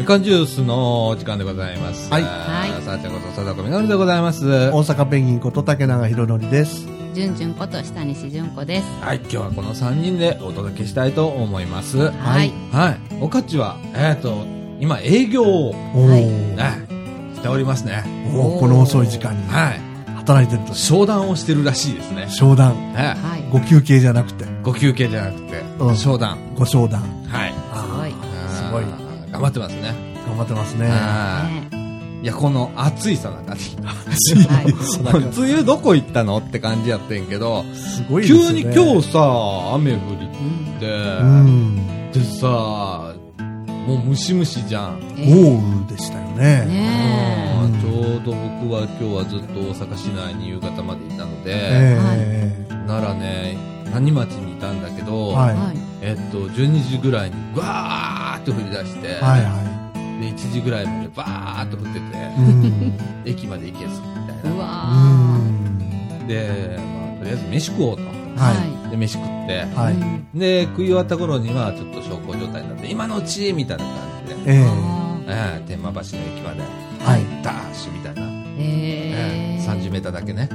みかんジュースのお時間でございます。 はい。 さあちゃんこと貞子みのるでございます。 大阪ペンギンこと竹永宏典です。 じゅんじゅんこと下西じゅんこです。 はい、今日はこの3人でお届けしたいと思います。 はい。 はい。おかちは、今営業を、しておりますね。 この遅い時間に。 はい。 働いてると。 商談をしてるらしいですね。 商談。 はい。 ご休憩じゃなくて。 ご休憩じゃなくて、商談。 ご商談。 はい。 すごい。 頑張ってますね。 頑張ってますね。 いや、この暑いさな感じ。梅雨どこ行ったのって感じやってんけど、 すごいですね。 急に今日さ、雨降りって、でさ、もうムシムシじゃん。 豪雨でしたよね。 ちょうど僕は今日はずっと大阪市内に夕方までいたので、奈良ね、谷町にいたんだけど、12時ぐらいにわーっと降り出して、で1時ぐらいまでバーっと降ってて、駅まで行けずみたいな。で、とりあえず飯食おうと。で飯食って、で食い終わった頃にはちょっと小康状態になって、今のうちみたいな感じで、天満橋の駅までダッシュみたいな、30メーターだけね。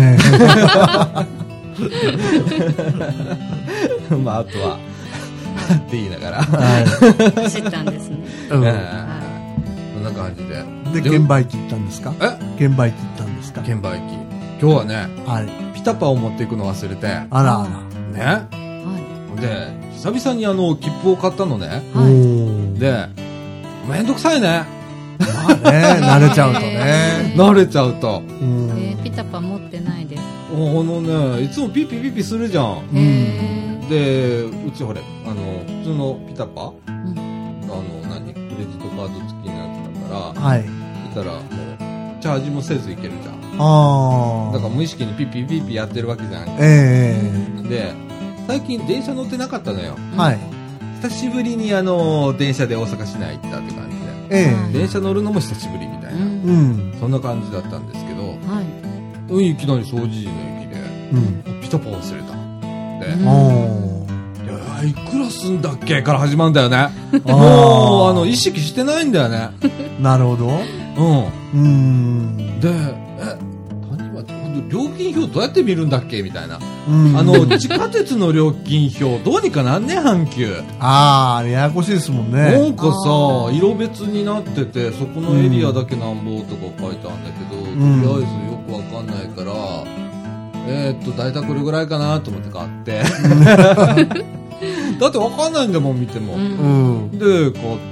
まああとはって言いながら走ったんですね。 そんな感じで。 で、券売機行ったんですか？券売機行ったんですか？ 券売機。今日はね、ピタパを持っていくの忘れて。 あら。 ね。で、久々に切符を買ったのね。で、めんどくさいね。 まあね、慣れちゃうとね。 慣れちゃうと。 ピタパ持ってないです。 いつもピッピピッピするじゃん。で、うちほれ、普通のピタパ、クレジットカード付きのやつだから、いたらもう、チャージもせずいけるじゃん。だから無意識にピッピピッピやってるわけじゃん。で、最近電車乗ってなかったのよ。久しぶりに電車で大阪市内行ったって感じで。電車乗るのも久しぶりみたいな。そんな感じだったんですけど、いきなり総除寺の駅で、ピタパ忘れた。いくらすんだっけから始まるんだよね。もう意識してないんだよね。 なるほど。 で、料金表どうやって見るんだっけみたいな。地下鉄の料金表どうにかなんね、阪急。 あれややこしいですもんね。 なんかさ、色別になってて、そこのエリアだけなんぼとか書いてあるんだけど、とりあえずよくわかんないから、だいたいこれぐらいかなと思って買って。だってわかんないんだもん、見ても。で、買って、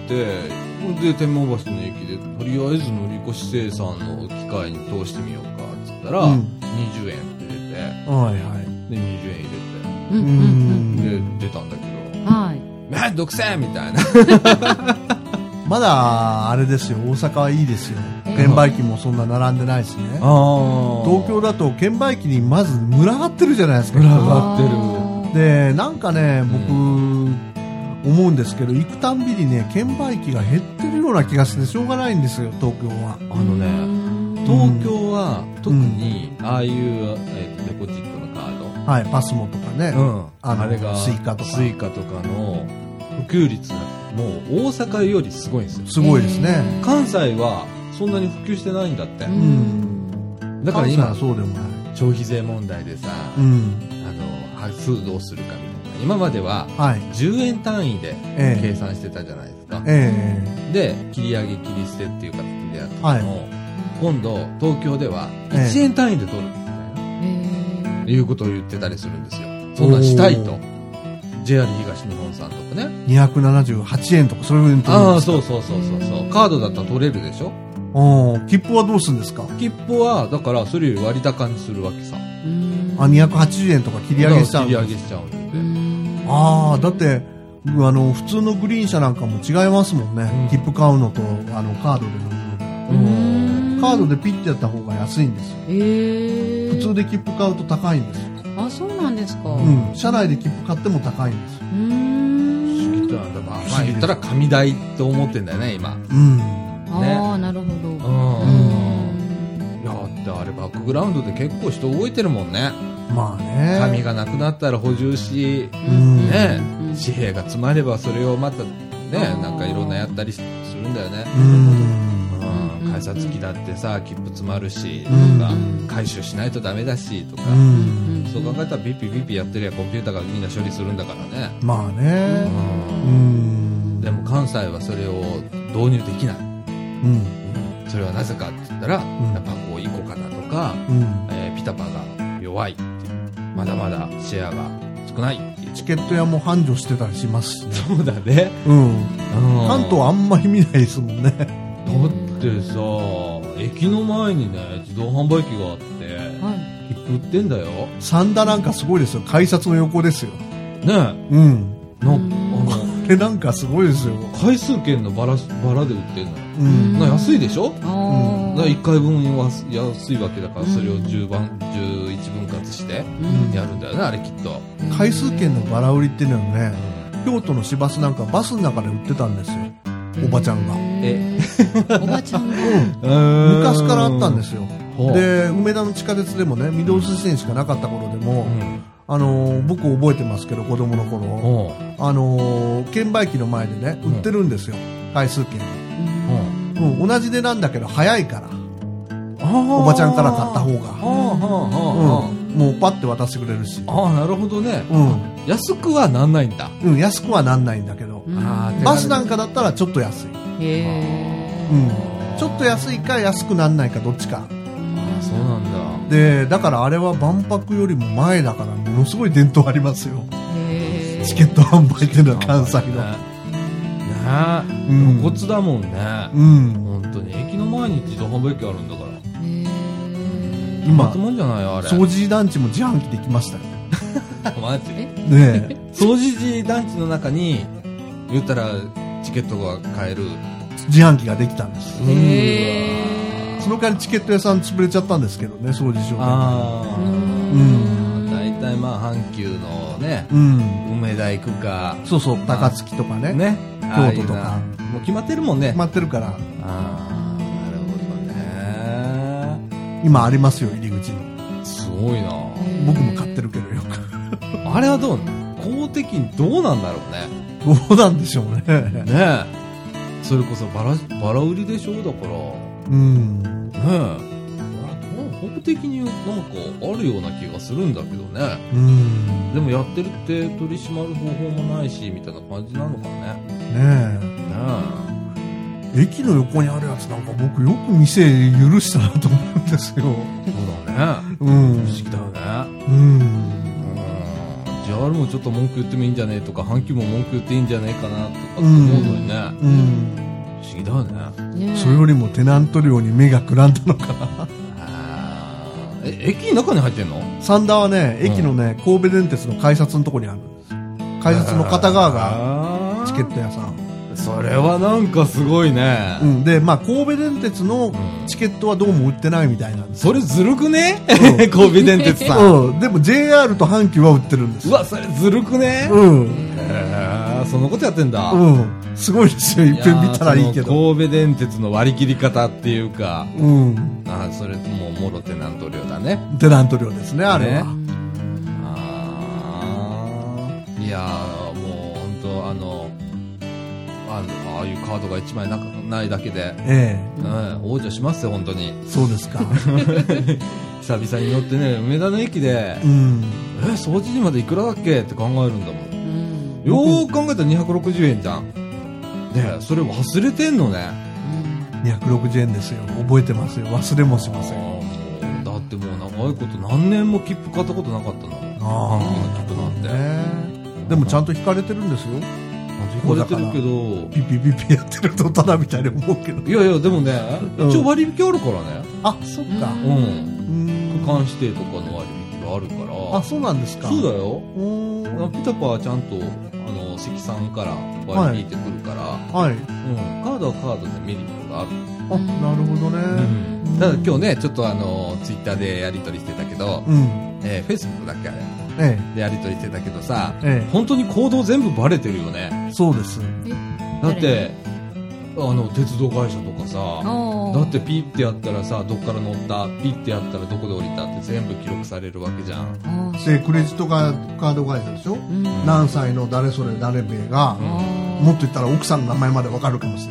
で、天満橋の駅で、とりあえず乗り越し生産の機械に通してみようか、っつったら、20円って出て、で、20円入れて、で、出たんだけど、めんどくせえみたいな。 まだ、あれですよ、大阪はいいですよ。券売機もそんな並んでないしね。東京だと券売機にまず群がってるじゃないですか。 群がってる。 で、なんかね、僕、思うんですけど、行くたんびにね、券売機が減ってるような気がしてしょうがないんですよ、東京は。 東京は特にああいうデポジットのカード、 パスモとかね、 あれがスイカとかの普及率がもう大阪よりすごいんですよ。 すごいですね。 関西はそんなに普及してないんだって。だから今そうでもない。 消費税問題でさ、端数どうするかみたいな。今までは10円単位で計算してたじゃないですか。で、切り上げ切り捨てっていう形でやったのを、今度東京では1円単位で取るみたいな、いうことを言ってたりするんですよ。そんなんしたいと。JR 東日本さんとかね。 278円とかそういう風に取るんですか？ そう。カードだったら取れるでしょ。 切符はどうするんですか？ 切符はだからそれより割高にするわけさ。 280円とか切り上げしちゃうんで。 切り上げしちゃうんで。 だって普通のグリーン車なんかも違いますもんね。切符買うのとカードで乗るの。カードでピッてやった方が安いんですよ。普通で切符買うと高いんですよ。 あ、そうなんですか。 車内で切符買っても高いんですよ。 不思議だな。まあ言ったら紙代って思ってんだよね、今。 なるほど。 いや、ってあれバックグラウンドで結構人動いてるもんね。 まあね。 紙がなくなったら補充し、ね、紙幣が詰まればそれをまたね、なんかいろんなやったりするるんだよね。改札機だってさ、切符詰まるしとか、回収しないとダメだしとか、そう考えたらビッピビッピやってりゃコンピューターがみんな処理するんだからね。 まあね。 でも関西はそれを導入できない。それはなぜかって言ったら、やっぱこうイコカナとか、ピタパが弱いっていう、まだまだシェアが少ないっていう。 チケット屋も繁盛してたりしますしね。 そうだね。 関東あんまり見ないですもんね。だってさ、駅の前にね、自動販売機があって、切符売ってんだよ。 三田なんかすごいですよ。改札の横ですよ。 ねえ。 これなんかすごいですよ。 回数券のバラで売ってんの。安いでしょ。1回分は安いわけだから、それを11分割してやるんだよね、あれきっと。 回数券のバラ売りっていうのはね、京都の市バスなんかバスの中で売ってたんですよ。おばちゃんが。 おばちゃんが。 昔からあったんですよ。で、梅田の地下鉄でもね、御堂筋線しかなかった頃でも、僕覚えてますけど、子供の頃、券売機の前でね、売ってるんですよ、回数券。同じ値段だけど早いから、おばちゃんから買った方が、もうパッて渡してくれるし。 なるほどね。安くはなんないんだ。 安くはなんないんだけど、バスなんかだったらちょっと安い。ちょっと安いか安くなんないかどっちか。 そうなんだ。 で、だからあれは万博よりも前だからものすごい伝統ありますよ。チケット販売っていうのは関西の。 露骨だもんね。本当に駅の前に自動販売機あるんだから。今もんじゃないよあれ。 掃除団地も自販機できましたよ。 マジ？ ね。 掃除時団地の中に言ったらチケットが買える自販機ができたんです。その代わりチケット屋さん潰れちゃったんですけどね、掃除商店。 大体まあ阪急のね、梅田行くか、 そうそう、高槻とかね、京都とか、 もう決まってるもんね。 決まってるから。 なるほどね。 今ありますよ、入り口に。 すごいな。 僕も買ってるけどよく。 あれはどう？公的にどうなんだろうね。 どうなんでしょうね。 ねえ。それこそバラ売りでしょ、だから。ねえ。法的になんかあるような気がするんだけどね。でもやってるって取り締まる方法もないしみたいな感じなのかね。 ねえ。駅の横にあるやつなんか僕よく店許したなと思うんですよ。そうだね。不思議だよね。JR もちょっと文句言ってもいいんじゃねえとか、阪急も文句言っていいんじゃねえかなとかって思うのにね。不思議だよね。 それよりもテナント料に目がくらんだのかな。 駅の中に入ってんの？ 三田はね、駅のね、神戸電鉄の改札のとこにあるんです。改札の片側がチケット屋さん。 それはなんかすごいね。 で、まあ神戸電鉄のチケットはどうも売ってないみたいなんです。 それずるくね？神戸電鉄さん。 でも JR と阪急は売ってるんです。 うわ、それずるくね？そんなことやってんだ。 すごいですよ。いっぺん見たらいいけど。 神戸電鉄の割り切り方っていうか。それももろテナント料だね。 テナント料ですね、あれは。 いやー、もう本当ああいうカードが1枚ないだけで、王者しますよ、本当に。 そうですか。 久々に乗ってね、梅田の駅で、掃除時までいくらだっけって考えるんだもん。よーく考えたら260円じゃん。で、それ忘れてんのね。 260円ですよ。覚えてますよ。忘れもしません。 だってもう長いこと何年も切符買ったことなかったの。阪急の切符なんて。 でもちゃんと引かれてるんですよ。 引かれてるけど、 ピピピピやってるとただみたいに思うけど。 いやいや、でもね、一応割引あるからね。 あ、そっか。 区間指定とかの割引があるから。 あ、そうなんですか。 そうだよ。ピタパはちゃんと積算から割り引いてくるから、カードはカードでメリットがある。 あ、なるほどね。 ただ今日ね、ちょっとツイッターでやり取りしてたけど、フェイスブックだっけあれ。でやり取りしてたけどさ、本当に行動全部バレてるよね。 そうです。 だって鉄道会社とかさ、だってピッてやったらさ、どっから乗った、ピッてやったらどこで降りたって全部記録されるわけじゃん。 でクレジットカード会社でしょ、何歳の誰それ誰名が、もっと言ったら奥さんの名前まで分かるかもしれない。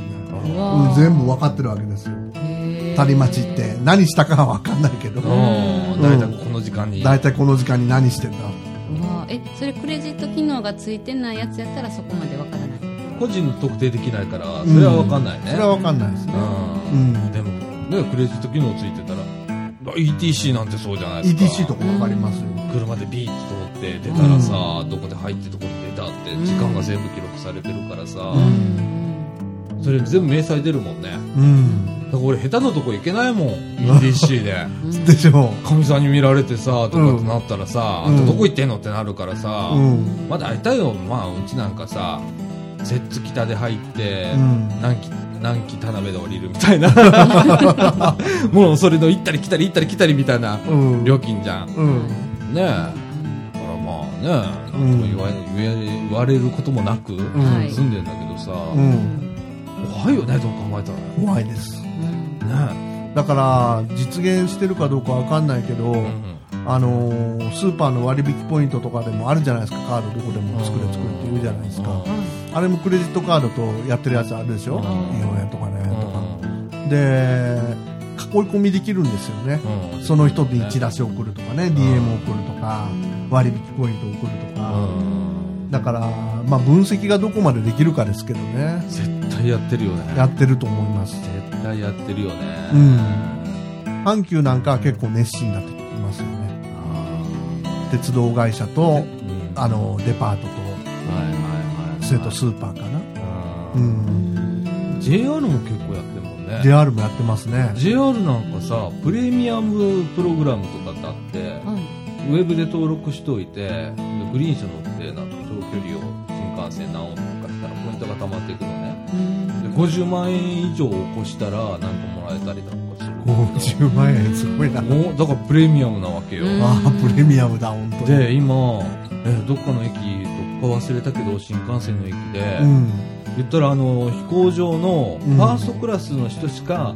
全部分かってるわけですよ。谷町って何したかは分かんないけど、 だいたいこの時間に何してんだ。 それクレジット機能がついてないやつやったらそこまで分からない。 個人の特定できないからそれは分かんないね。 それは分かんないですね。 でもね、クレジット機能ついてたら ETC なんてそうじゃないですか。 ETC とか分かりますよ。車でビーッと通って出たらさ、どこで入ってどこで出たって時間が全部記録されてるからさ、それ全部明細出るもんね。だから俺下手なとこ行けないもん ETC ででしょ。 かみさんに見られてさとかってなったらさ、あんたどこ行ってんのってなるからさ、まあ大体よ、まあうちなんかさ摂津北で入って、南紀田辺で降りるみたいなもうそれの行ったり来たり行ったり来たりみたいな料金じゃん、ねえ。だからまあね、なんとも言われることもなく住んでんだけどさ、怖いよね、どう考えたら。 怖いです、 ね。 だから実現してるかどうかわかんないけど、スーパーの割引ポイントとかでもあるじゃないですか。カードどこでも作れって言うじゃないですか。あれもクレジットカードとやってるやつあるでしょ。日本円とかねとかで囲い込みできるんですよね。その人にチラシを送るとかね、DM を送るとか割引ポイントを送るとか。だからまあ分析がどこまでできるかですけどね。 絶対やってるよね。 やってると思います。 絶対やってるよね。 阪急なんかは結構熱心だって言いますよね。鉄道会社と、デパートと、それとスーパーかな。 JR も結構やってるもんね。 JR もやってますね。 JR なんかさ、プレミアムプログラムとかってあって、ウェブで登録しておいて、グリーン車乗ってなんか長距離を新幹線何往復かしたらポイントが溜まっていくのね。で50万円以上起こしたらなんかもらえたりだとかする。 50万円すごいな。 だからプレミアムなわけよ。 プレミアムだ本当に。 で今どっかの駅どっか忘れたけど新幹線の駅で、言ったら飛行場のファーストクラスの人しか、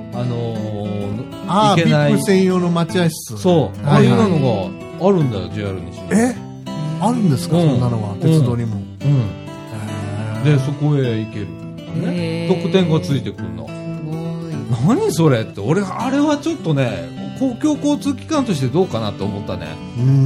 行けない。 ビップ専用の待合室。 そう。ああいうのがあるんだよ JR に。 あるんですか、そんなのは鉄道にも。 でそこへ行ける。特典がついてくるの。何それって俺あれはちょっとね公共交通機関としてどうかなって思ったね。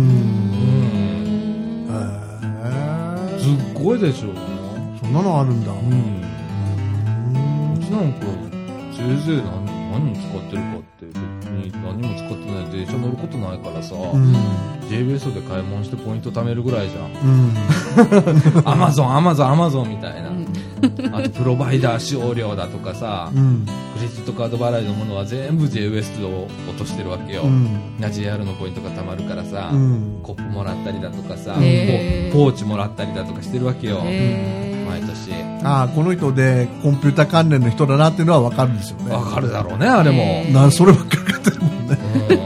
すっごいでしょ。 そんなのあるんだ。うちなんかせいぜい何に使ってるかって別に何も使ってない電車乗ることないからさ、JBS で買い物してポイント貯めるぐらいじゃん。アマゾンみたいな。あとプロバイダー使用料だとかさ、クレジットカード払いのものは全部 JWEST を落としてるわけよ。JR のポイントが貯まるからさ、コップもらったりだとかさ、ポーチもらったりだとかしてるわけよ。毎年。 この人でコンピュータ関連の人だなっていうのは分かるんですよね。 分かるだろうね、あれも。 そればっかりかってるもんね。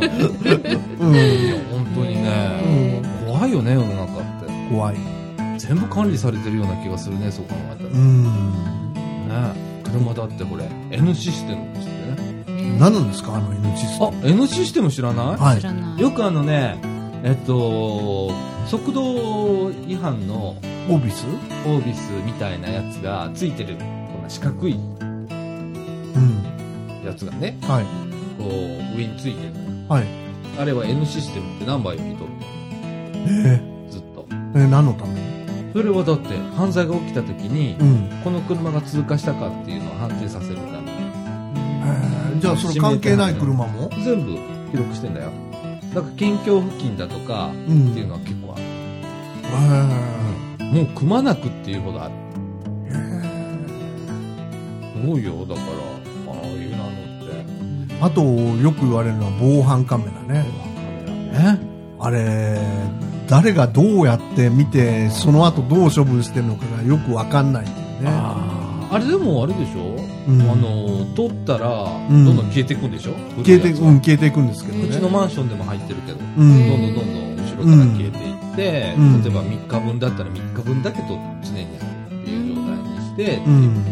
本当にね、怖いよね、世の中って。 怖い。 全部管理されてるような気がするね、そう考えたら。ね、車だってこれ N システムってね。 何なんですかN システム。 N システム知らない？ 知らない。 よく速度違反のオービスみたいなやつがついてるこんな四角いやつがね、こう上についてるのよ。あれは N システムってナンバー読み取るの。ずっと。 何のために？ それはだって犯罪が起きた時に、この車が通過したかっていうのを判定させるために。 じゃあそれ関係ない車も全部記録してんだよ。だから県境付近だとかっていうのは結構ある。もうくまなくっていうほどある。すごいよ。だからああいうのって。 あとよく言われるのは防犯カメラね。あれ誰がどうやって見てその後どう処分してるのかがよく分かんないっていうね。 あれでもあれでしょ、取ったらどんどん消えていくんでしょ、 消えていくんですけどね。 うちのマンションでも入ってるけど、どんどん後ろから消えていって、例えば3日分だったら3日分だけと常にっていう状態にしてや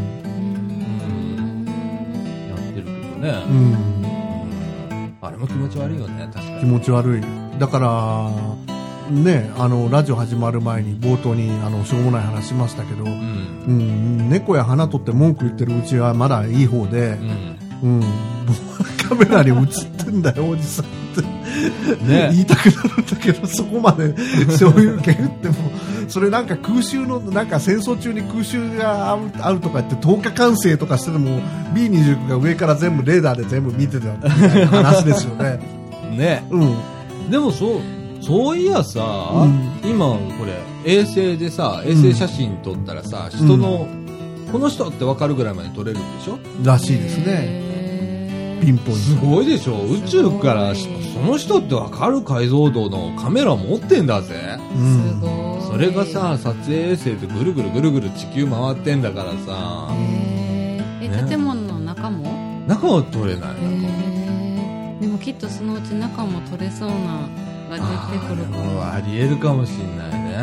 ってるけどね。あれも気持ち悪いよね。確かに気持ち悪い。だからね、ラジオ始まる前に冒頭にしょうもない話しましたけど、猫や花取って文句言ってるうちはまだいい方で、カメラに映ってんだよおじさんってね、言いたくなるんだけど、そこまでそういう件言っても、それなんか空襲のなんか戦争中に空襲があるとか言って10日間生とかしてても B29 が上から全部レーダーで全部見てたみたいな話ですよね。 ね、でもそういやさ、今これ衛星でさ、衛星写真撮ったらさ、人のこの人って分かるぐらいまで撮れるんでしょらしいですね。ピンポイントすごいでしょ。宇宙からその人って分かる解像度のカメラ持ってんだぜ。 すごい。 それがさ、撮影衛星でぐるぐる地球回ってんだからさ。 建物の中もは撮れない。 でもきっとそのうち中も撮れそうなが出てくるかも。 ありえるかもしんないね。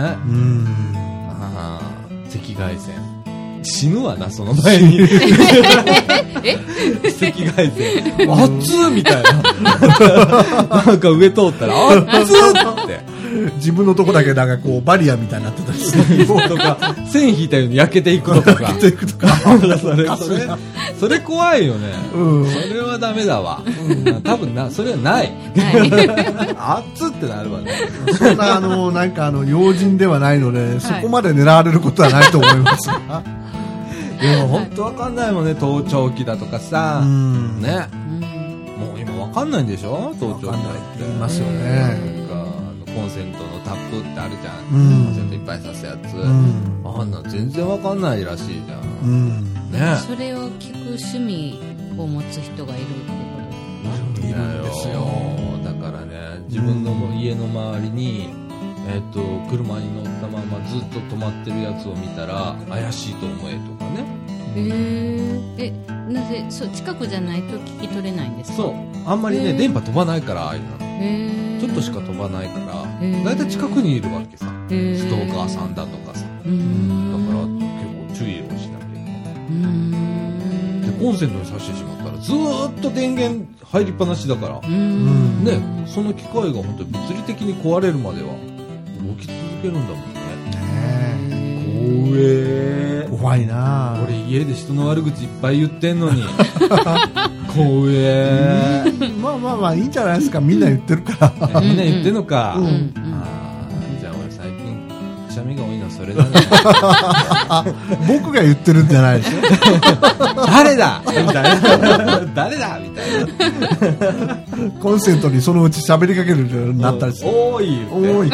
赤外線。死ぬわな、その前に。赤外線。熱っみたいな。なんか上通ったら、熱っって。 自分のとこだけなんかこう、バリアみたいになってたりする。 とか、線引いたように焼けていくとか。焼けていくとか。それ怖いよね。それはダメだわ。多分それはない。熱ってなるわね。 そんななんか要人ではないので、そこまで狙われることはないと思いますが。 でも本当わかんないもんね、盗聴器だとかさ。ね。もう今わかんないんでしょ、盗聴器って言いますよね。 コンセントのタップってあるじゃん。コンセントいっぱい挿すやつ。あんな全然わかんないらしいじゃん。ね。 それを聞く趣味を持つ人がいるってこといるんですよ。 だからね、自分の家の周りに、車に乗ったままずっと止まってるやつを見たら怪しいと思えとかね。 なぜ近くじゃないと聞き取れないんですか？ そう、あんまりね、電波飛ばないから、ああいうのちょっとしか飛ばないから、だいたい近くにいるわけさ。ストーカーさんだとかさ。だから結構注意をしなきゃいけない。で、コンセントに挿してしまったらずーっと電源入りっぱなしだから、ね、その機械が本当に物理的に壊れるまでは動き続けるんだもんね。 怖いな。 俺家で人の悪口いっぱい言ってんのに怖まあいいんじゃないですか。みんな言ってるからみんな言ってんのか。じゃあ俺最近くしゃみが多いのはそれだね。 僕が言ってるんじゃないですよ。 誰だみたいな。誰だみたいな。 コンセントにそのうち喋りかけるようになったりして。 多い。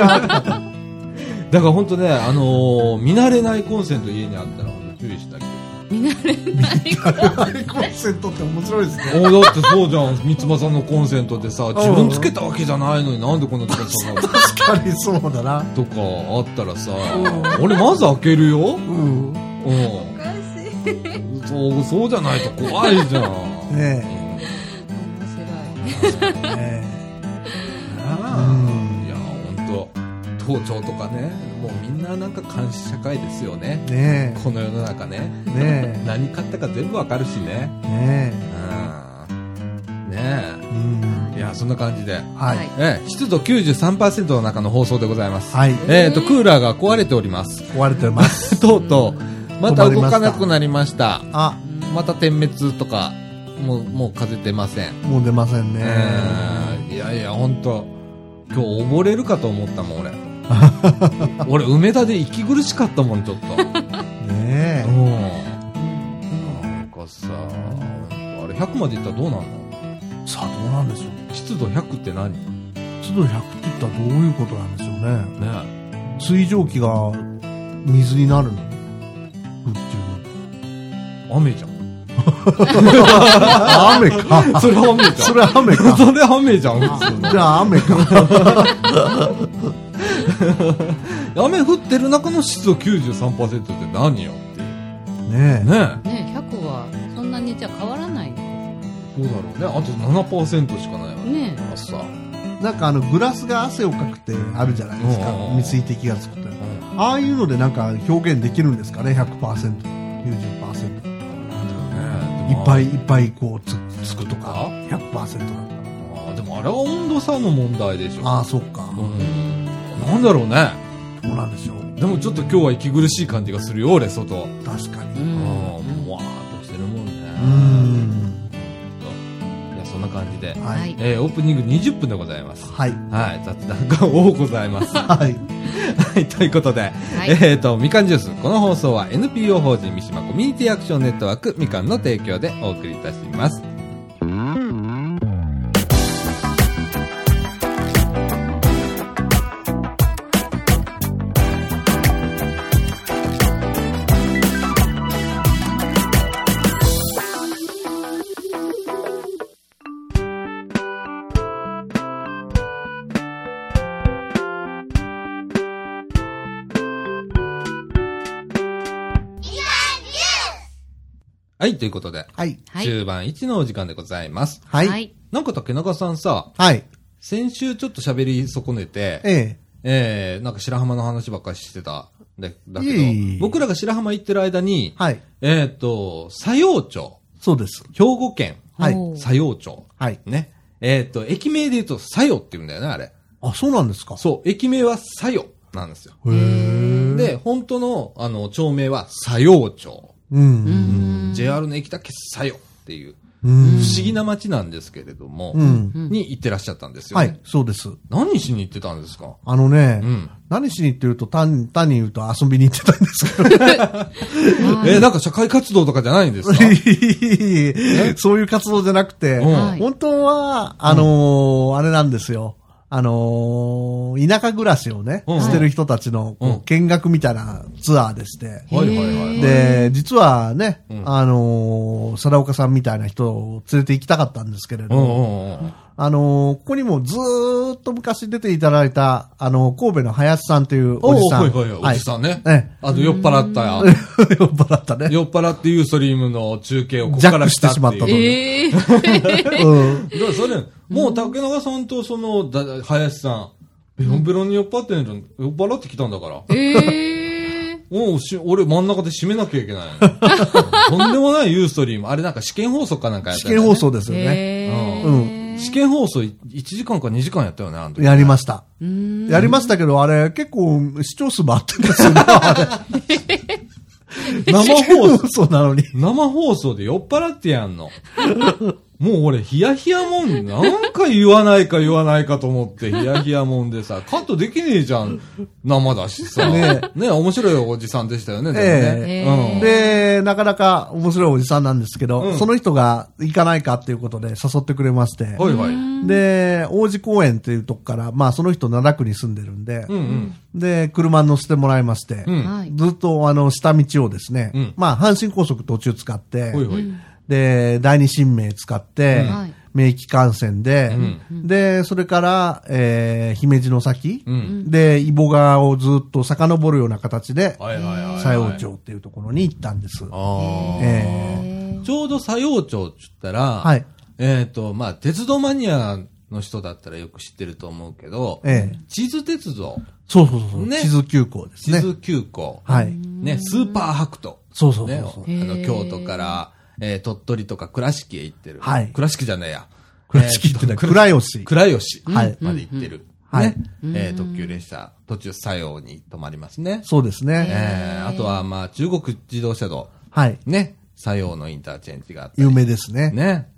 だから本当ね、見慣れないコンセント家にあったら本当注意したけど。 見慣れないコンセントって面白いですね。 だってそうじゃん。三つ葉さんのコンセントでさ、自分つけたわけじゃないのになんでこんなとこそんな。 確かにそうだな。 とかあったらさ、俺まず開けるよ。おかしい。 そうじゃないと怖いじゃん。 ね面白い。 いや本当。盗聴とかね、もうみんななんか監視社会ですよね。この世の中ね。何買ったか全部わかるしね。いやそんな感じで、湿度 93% の中の放送でございます。クーラーが壊れております。 壊れてます。 とうとうまた動かなくなりました。また点滅とかもう風出ません。 もう出ませんね。 いや本当今日溺れるかと思ったもん俺梅田で息苦しかったもんちょっとなんかさあれ100までいったらどうなんの？ さあどうなんでしょう。 湿度100って何？ 湿度100って言ったらどういうことなんでしょうね。水蒸気が水になるの？宇宙の雨じゃん。 雨か。 それ雨じゃん。 それ雨か。 それ雨じゃん。 じゃあ雨か。 雨降ってる中の湿度 93% って何よっていう。 ね 100はそんなにじゃ変わらないの？ そうだろうね。あと 7% しかないわね。朝。 なんかグラスが汗をかくってあるじゃないですか。水滴がつくって。ああいうのでなんか表現できるんですかね。100%、90%。いっぱいこうつくとか 100% だったら。 でもあれは温度差の問題でしょ。 そっか。 なんだろうね。 そうなんですよ。 でもちょっと今日は息苦しい感じがするよ、俺、外。 確かに。 もわーっとしてるもんね。いや、そんな感じで。 はい。 オープニング20分でございます。 はい。 はい。雑談が多ございます。 はい。 はい。ということで、みかんジュース。この放送は NPO 法人三島コミュニティアクションネットワークみかんの提供でお送りいたします。はい、ということで、 はい。 中盤1のお時間でございます。 はい。 なんか竹中さんさ、 はい。 先週ちょっと喋り損ねて、なんか白浜の話ばっかりしてた。だけど、僕らが白浜行ってる間に、 はい。 佐用町。 そうです。 兵庫県。 はい。 佐用町。 はい。 ね。駅名で言うと佐用って言うんだよね、あれ。 あ、そうなんですか。 そう、駅名は佐用なんですよ。で、本当の、町名は佐用町。JR の駅だけ佐用っていう、不思議な街なんですけれども、に行ってらっしゃったんですよね。 はい、そうです。 何しに行ってたんですか？ 何しに行ってると、単に言うと遊びに行ってたんですけど。 なんか社会活動とかじゃないんですか？ そういう活動じゃなくて、本当は、あれなんですよ。田舎暮らしをね、してる人たちの、見学みたいなツアーでして。で、実はね、貞岡さんみたいな人を連れて行きたかったんですけれど、ここにもずーっと昔出ていただいた、神戸の林さんというおじさん。 おじさんね。酔っ払ったや。 酔っ払ったね。 酔っ払ってユーストリームの中継をここからしてしまったと。 それ、もう竹中さんとその、林さん、ベロンベロンに酔っ払ってんじゃん。酔っ払ってきたんだから。もう俺真ん中で締めなきゃいけない。とんでもないユーストリーム。あれなんか試験放送かなんかやったよね。 試験放送ですよね。 試験放送1時間か2時間やったよね、あの時。 やりました。やりましたけど、あれ結構視聴数もあってんですよね、あれ。 生放送なのに。 生放送で酔っ払ってやんの。もう俺、ヒヤヒヤもん、なんか言わないかと思って、ヒヤヒヤもんでさ、カットできねえじゃん。生だしさ。ね、面白いおじさんでしたよね、 で、なかなか面白いおじさんなんですけど、その人が行かないかっていうことで誘ってくれまして。で、王子公園っていうとこから、まあその人灘区に住んでるんで、で、車に乗せてもらいまして、ずっと下道をですね、まあ阪神高速途中使って、で、第二神明使って、名機幹線で、で、それから、姫路の先、で、揖保川をずっと遡るような形で、佐用町っていうところに行ったんです。ちょうど佐用町って言ったら、まあ、鉄道マニアの人だったらよく知ってると思うけど、地図鉄道。 そう。地図急行ですね。 地図急行。ね、スーパー白土。 そう。 京都から、鳥取とか倉敷へ行ってる。倉敷じゃねえや。 倉敷って倉吉。 倉吉。まで行ってる。ね。特急列車、途中佐用に止まりますね。 そうですね。 あとは、まあ、中国自動車道。ね。佐用のインターチェンジがあって。 有名ですね。 ね。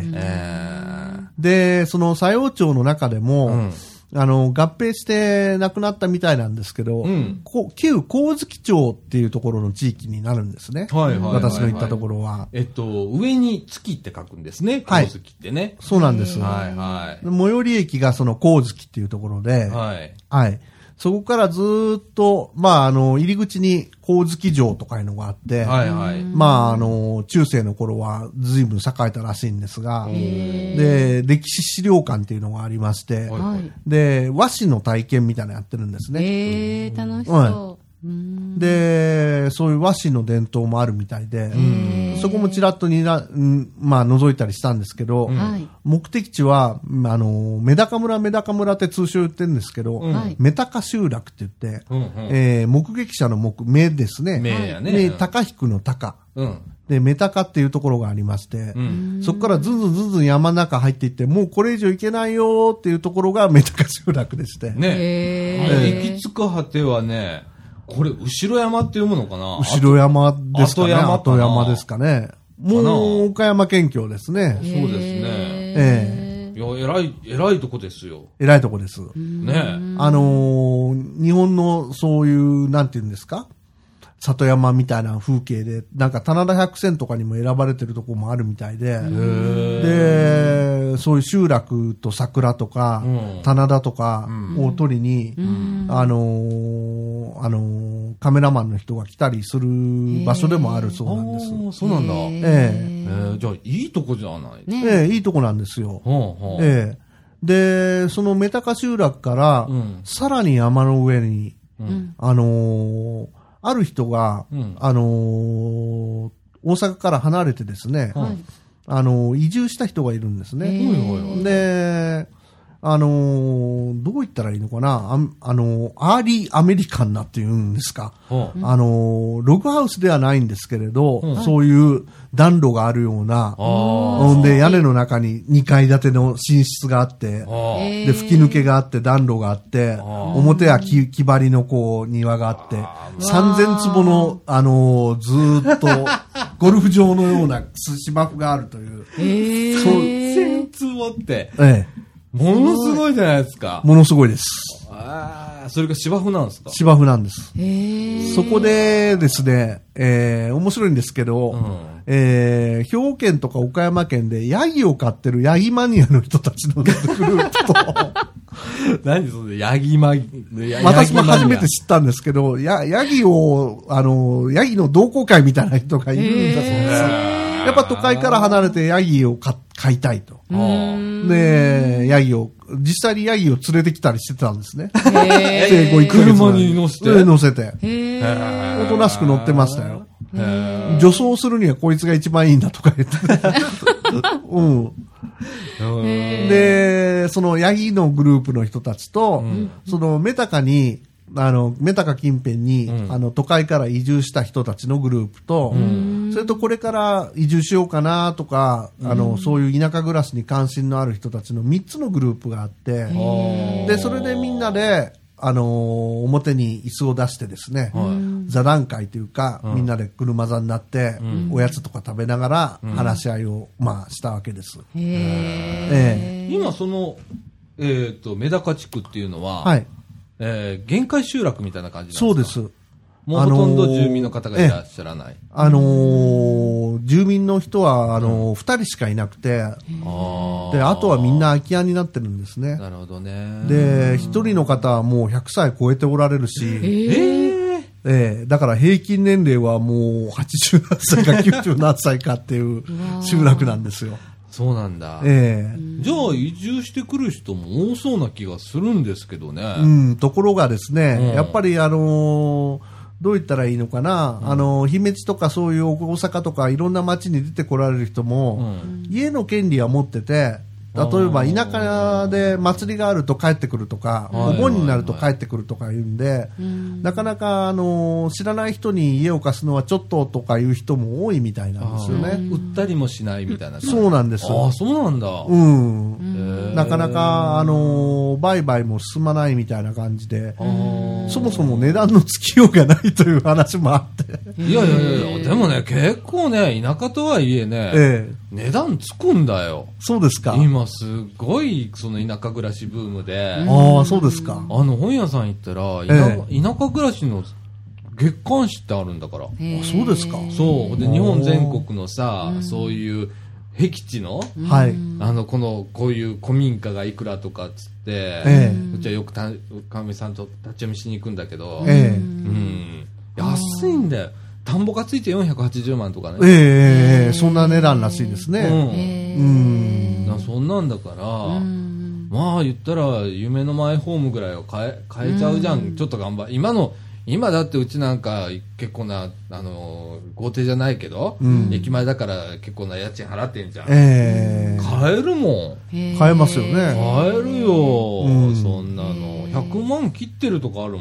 で、その佐用町の中でも、合併して亡くなったみたいなんですけど、旧光月町っていうところの地域になるんですね。私の行ったところは。 上に月って書くんですね。光月ってね。 そうなんです。最寄り駅がその光月っていうところで、そこからずーっと、まあ、入り口に光月城とかいうのがあって、まあ、中世の頃は随分栄えたらしいんですが、で、歴史資料館っていうのがありまして、で、和紙の体験みたいなのやってるんですね。 楽しそう。 で、そういう和紙の伝統もあるみたいで、そこもちらっとまあ、覗いたりしたんですけど、目的地は、メダカ村って通称言ってるんですけど、メタカ集落って言って、目撃者の目ですね。 目やね。 高引くの高。 で、メタカっていうところがありまして、そこからずんずん山の中入っていって、もうこれ以上行けないよっていうところがメタカ集落でして。 ね。行き着く果てはね、これ、後ろ山って読むのかな？ 後ろ山ですかね。後山ですかね。もう、岡山県境ですね。 そうですね。いや、偉いとこですよ。 偉いとこです。 ね。 日本のそういう、なんていうんですか？里山みたいな風景で、なんか棚田百選とかにも選ばれてるとこもあるみたいで、で、そういう集落と桜とか、棚田とかを撮りに、カメラマンの人が来たりする場所でもあるそうなんです。 そうなんだ。じゃあ、いいとこじゃない？ いいとこなんですよ。で、そのメタカ集落から、さらに山の上に、ある人が、大阪から離れてですね、移住した人がいるんですね。で、どう言ったらいいのかな、アーリーアメリカンなっていうんですか。ログハウスではないんですけれど、そういう暖炉があるような、で、屋根の中に2階建ての寝室があって、で、吹き抜けがあって、暖炉があって、表は木張りのこう、庭があって、3000坪の、ずーっと、ゴルフ場のような芝生があるという。 3000坪って。ものすごいじゃないですか。 ものすごいです。 それが芝生なんですか？ 芝生なんです。そこでですね、面白いんですけど、兵庫県とか岡山県でヤギを飼ってるヤギマニアの人たちのグループと、 何それ、ヤギマニア。 私も初めて知ったんですけど、ヤギの同好会みたいな人がいるんだそうです。やっぱ都会から離れてヤギを飼いたいと。で、実際にヤギを連れてきたりしてたんですね。生後1ヶ月。 車に乗せて。 乗せて。おとなしく乗ってましたよ。女装するにはこいつが一番いいんだとか言って。で、そのヤギのグループの人たちと、そのメタカ近辺に、都会から移住した人たちのグループと、それとこれから移住しようかなとか、そういう田舎暮らしに関心のある人たちの3つのグループがあって、で、それでみんなで、表に椅子を出してですね、座談会というか、みんなで車座になって、おやつとか食べながら話し合いを、したわけです。 今その、メダカ地区っていうのは、限界集落みたいな感じなんですか？そうです。もうほとんど住民の方がいらっしゃらない。 住民の人は、2人しかいなくて、で、あとはみんな空き家になってるんですね。 なるほどね。 で、1人の方はもう100歳超えておられるし、だから平均年齢はもう80何歳か90何歳かっていう集落なんですよ。 そうなんだ。じゃあ移住してくる人も多そうな気がするんですけどね。 ところがですね、やっぱりどう言ったらいいのかな、姫路とかそういう大阪とかいろんな町に出てこられる人も、家の権利は持ってて、例えば田舎で祭りがあると帰ってくるとか、お盆になると帰ってくるとか言うんで、なかなか知らない人に家を貸すのはちょっととかいう人も多いみたいなんですよね。 売ったりもしないみたいな。 そうなんです。 そうなんだ。 なかなか売買も進まないみたいな感じで、そもそも値段のつきようがないという話もあって。 いや、でもね、結構ね、田舎とはいえね、値段つくんだよ。 そうですか。 今すごいその田舎暮らしブームで。 そうですか。 本屋さん行ったら、田舎暮らしの月刊誌ってあるんだから。 そうですか。 そう。で、日本全国のさ、そういう僻地の、こういう古民家がいくらとかっつって、うちはよくかみさんと立ち読みしに行くんだけど、安いんだよ。田んぼがついて480万とかね。そんな値段らしいですね。 そんなんだから、まあ言ったら夢のマイホームぐらいは買えちゃうじゃん。ちょっと頑張る。今だってうちなんか結構な、豪邸じゃないけど、駅前だから結構な家賃払ってんじゃん。買えるもん。 買えますよね。 買えるよ。そんなの。100万切ってるとかあるもん。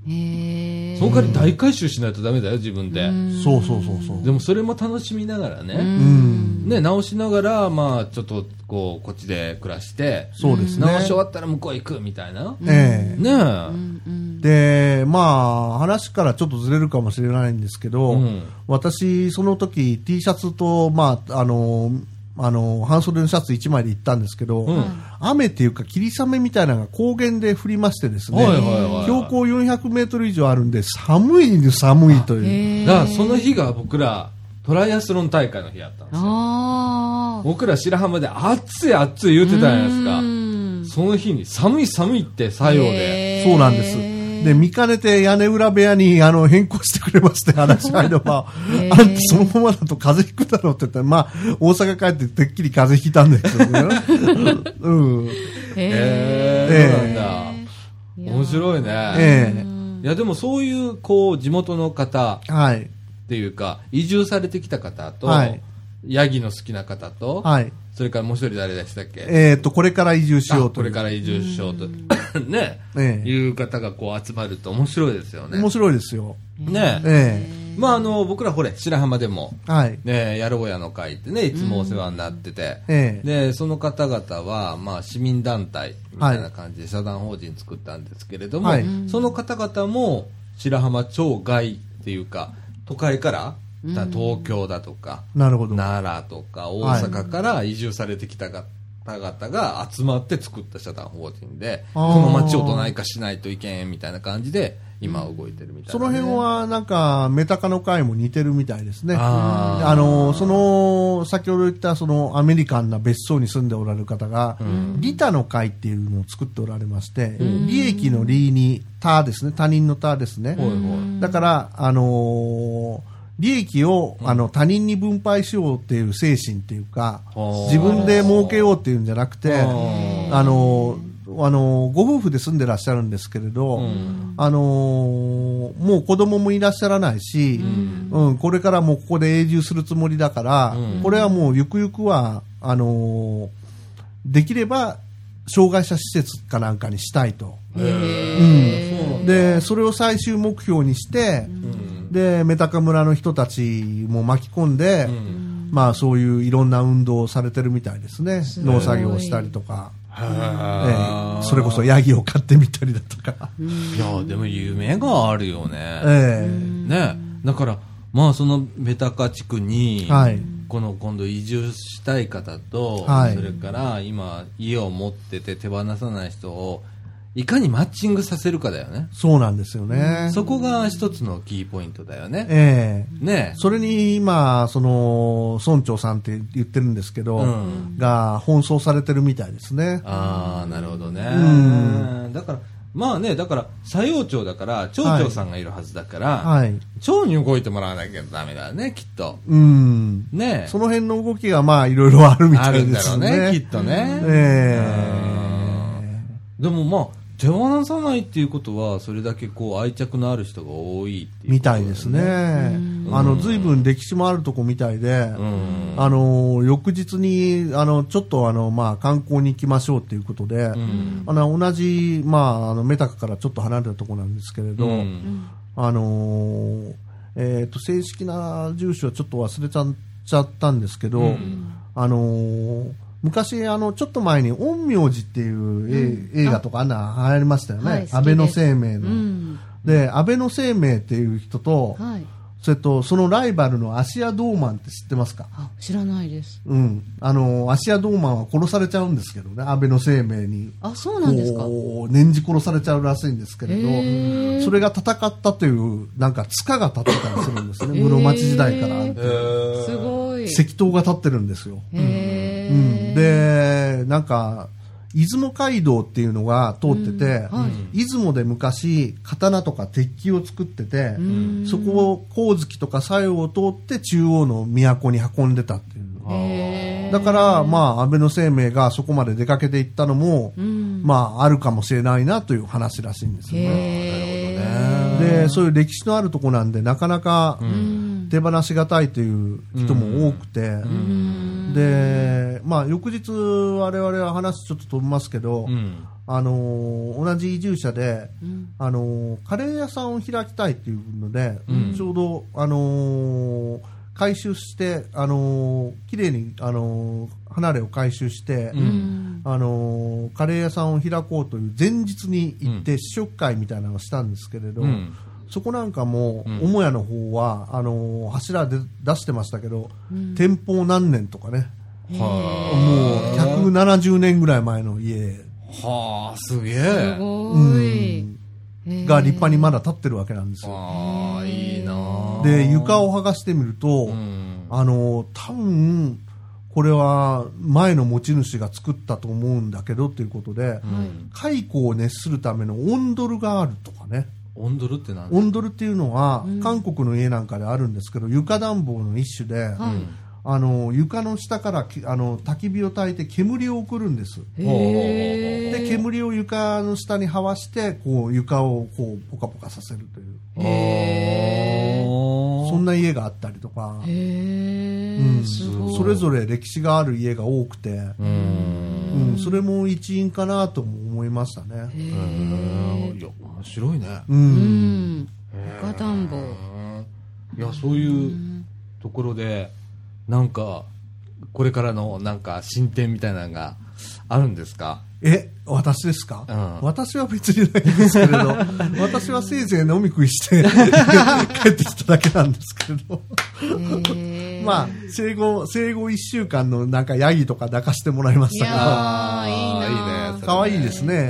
その代わり大回収しないとダメだよ、自分で。 そうそうそうそう。 でもそれも楽しみながらね、ね、直しながら、まあ、ちょっと、こっちで暮らして、 そうですね。 直し終わったら向こう行く、みたいな。 ねえ。 で、まあ、話からちょっとずれるかもしれないんですけど、私、その時 T シャツと、まあ、半袖のシャツ1枚で行ったんですけど、雨っていうか霧雨みたいなのが高原で降りましてですね、標高400メートル以上あるんで寒いという。 だからその日が僕らトライアスロン大会の日やったんですよ。僕ら白浜で暑い暑い言うてたじゃないですか。その日に寒いって作用で。 そうなんです。で、見かねて屋根裏部屋に変更してくれまして、話し合いの場。あんたそのままだと風邪ひくだろうって言ったら、まあ、大阪帰っててっきり風邪ひいたんですけどね。そうなんだ。面白いね。いや、でもそういう、地元の方っていうか、移住されてきた方と、ヤギの好きな方と、それからもう一人誰でしたっけ？ これから移住しようと。 これから移住しようと。ね。いう方が集まると面白いですよね。 面白いですよ。 ね。まあ僕ら白浜でも、ね、やろうやの会ってね、いつもお世話になってて、で、その方々は、まあ市民団体みたいな感じで社団法人作ったんですけれども、その方々も白浜町外っていうか、都会から東京だとか、奈良とか大阪から移住されてきた方々が集まって作った社団法人で、この町をどないかしないといけんみたいな感じで今動いてるみたいな、 その辺はなんかメタカの会も似てるみたいですね。先ほど言ったアメリカンな別荘に住んでおられる方が、利他の会っていうのを作っておられまして、利益の利に他ですね、他人の他ですね。だから利益を他人に分配しようっていう精神っていうか、自分で儲けようっていうんじゃなくて、ご夫婦で住んでらっしゃるんですけれど、もう子供もいらっしゃらないし、これからもうここで永住するつもりだから、これはもうゆくゆくはできれば障害者施設かなんかにしたいと。で、それを最終目標にして、で、メタカ村の人たちも巻き込んで、まあそういういろんな運動をされてるみたいですね。農作業をしたりとか、それこそヤギを飼ってみたりだとか。 いや、でも夢があるよね。ね。だから、まあそのメタカ地区に、今度移住したい方と、それから今家を持ってて手放さない人をいかにマッチングさせるかだよね。 そうなんですよね。 そこが一つのキーポイントだよね。 ね。それに今村長さんって言ってるんですけど、が奔走されてるみたいですね。 ああ、なるほどね。だからまあね、だから佐用町だから町長さんがいるはずだから、町に動いてもらわなきゃダメだね、きっと。ね。 その辺の動きがまあいろいろあるみたいですね。 あるんだろうね、きっとね。でもまあ手放さないっていうことはそれだけ愛着のある人が多いっていう、 みたいですね。随分歴史もあるとこみたいで、翌日にちょっとまあ観光に行きましょうっていうことで、同じまあメタカからちょっと離れたところなんですけれど、正式な住所はちょっと忘れちゃったんですけど、昔ちょっと前に陰陽師っていう映画とか流行りましたよね。安倍の生命の。で、安倍の生命っていう人と、それとそのライバルの芦屋道満って知ってますか？ 知らないです。 芦屋道満は殺されちゃうんですけどね、安倍の生命に。 そうなんですか？ 念じ殺されちゃうらしいんですけれど、それが戦ったというなんか塚が立ってたりするんですね。室町時代からある。 すごい。 石塔が立ってるんですよ。で、なんか出雲街道っていうのが通ってて、出雲で昔刀とか鉄器を作ってて、そこを光月とか佐用を通って中央の都に運んでたっていう。だからまあ安倍の生命がそこまで出かけていったのも、まああるかもしれないなという話らしいんですよね。なるほどね。で、そういう歴史のあるとこなんでなかなか手放しがたいという人も多くて、で、まあ翌日我々は話ちょっと飛びますけど、 同じ移住者で、カレー屋さんを開きたいっていうので、ちょうど、回収して、きれいに、離れを回収して、カレー屋さんを開こうという前日に行って試食会みたいなのをしたんですけれど、そこなんかも、母屋の方は、柱で出してましたけど、天保何年とかね、もう170年ぐらい前の家。 はあ、すげえ。 すごい。 が立派にまだ立ってるわけなんですよ。 ああ、いいな。 で、床を剥がしてみると、多分、これは前の持ち主が作ったと思うんだけどということで、蚕を熱するためのオンドルがあるとかね。 オンドルって何？ オンドルっていうのは、韓国の家なんかであるんですけど、床暖房の一種で、床の下から焚き火を焚いて煙を送るんです。で、煙を床の下に這わして、こう床をこうポカポカさせるという。そんな家があったりとか、それぞれ歴史がある家が多くて、それも一因かなとも思いましたね。 いや、面白いね。 床暖房。 いや、そういうところで、なんかこれからのなんか進展みたいなのがあるんですか？ 私ですか？私は別にないんですけれど、私はせいぜい飲み食いして帰ってきただけなんですけれど、まあ生後1週間のなんかヤギとか抱かしてもらいましたけど、 いいね、可愛いですね。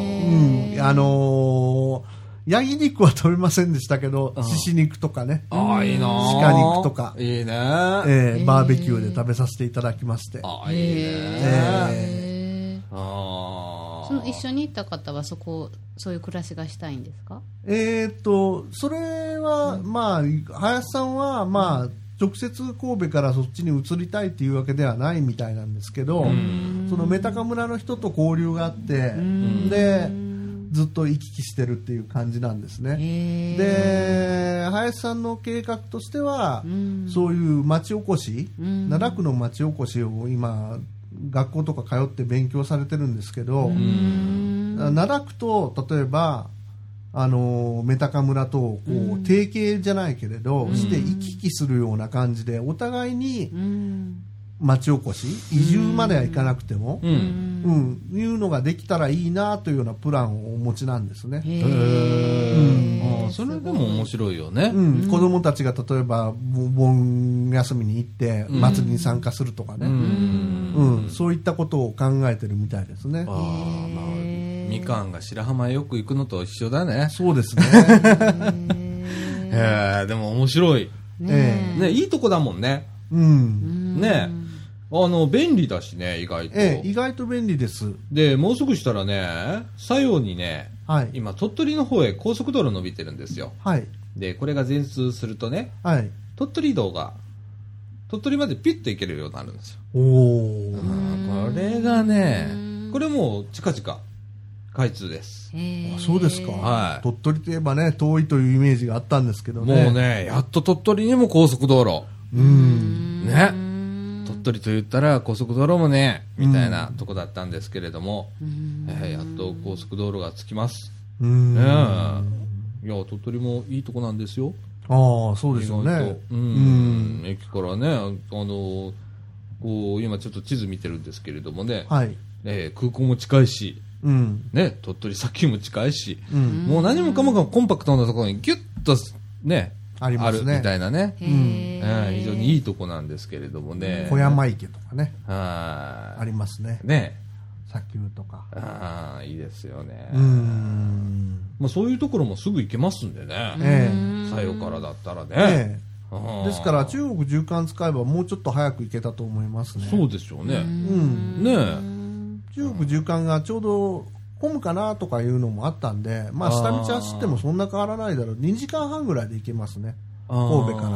ヤギ肉は食べませんでしたけど、獅子肉とかね、 いいな、 鹿肉とか、 いいね、 バーベキューで食べさせていただきまして、 いいね。 その一緒に行った方はそういう暮らしがしたいんですか？ それは、まあ林さんはまあ直接神戸からそっちに移りたいっていうわけではないみたいなんですけど、そのメタカ村の人と交流があって、でずっと行き来してるっていう感じなんですね。で、林さんの計画としては、そういう町おこし、奈良区の町おこしを今学校とか通って勉強されてるんですけど、奈良区と例えばメタカ村とこう提携じゃないけれど、して行き来するような感じでお互いに町おこし、移住まではいかなくても、いうのができたらいいなというようなプランをお持ちなんですね。 それでも面白いよね。 子供たちが例えば盆休みに行って祭りに参加するとかね、そういったことを考えてるみたいですね。 みかんが白浜へよく行くのと一緒だね。 そうですね。 でも面白い。ね、いいとこだもんね。ね、便利だしね、意外と。 意外と便利です。 で、もうすぐしたらね、佐用にね、今鳥取の方へ高速道路伸びてるんですよ。で、これが全通するとね、鳥取道が鳥取までピュッと行けるようになるんですよ。これがね、これもう近々開通です。 そうですか。鳥取といえばね、遠いというイメージがあったんですけどね。 もうね、やっと鳥取にも高速道路。ね。鳥取と言ったら高速道路もね、みたいなとこだったんですけれども、やっと高速道路がつきます。いや、鳥取もいいとこなんですよ。 そうですよね。 駅からね、こう今ちょっと地図見てるんですけれどもね、空港も近いし、ね、鳥取砂丘も近いし、もう何もかもがコンパクトなところにギュッとね、あるみたいなね、非常にいいとこなんですけれどもね。 小山池とかね、ありますね。砂丘とか。 いいですよね。そういうところもすぐ行けますんでね。佐用からだったらね。 ですから中国縦貫使えばもうちょっと早く行けたと思いますね。 そうでしょうね。 中国縦貫がちょうど混むかなとかいうのもあったんで、まあ下道走ってもそんな変わらないだろう。2時間半ぐらいで行けますね。神戸から。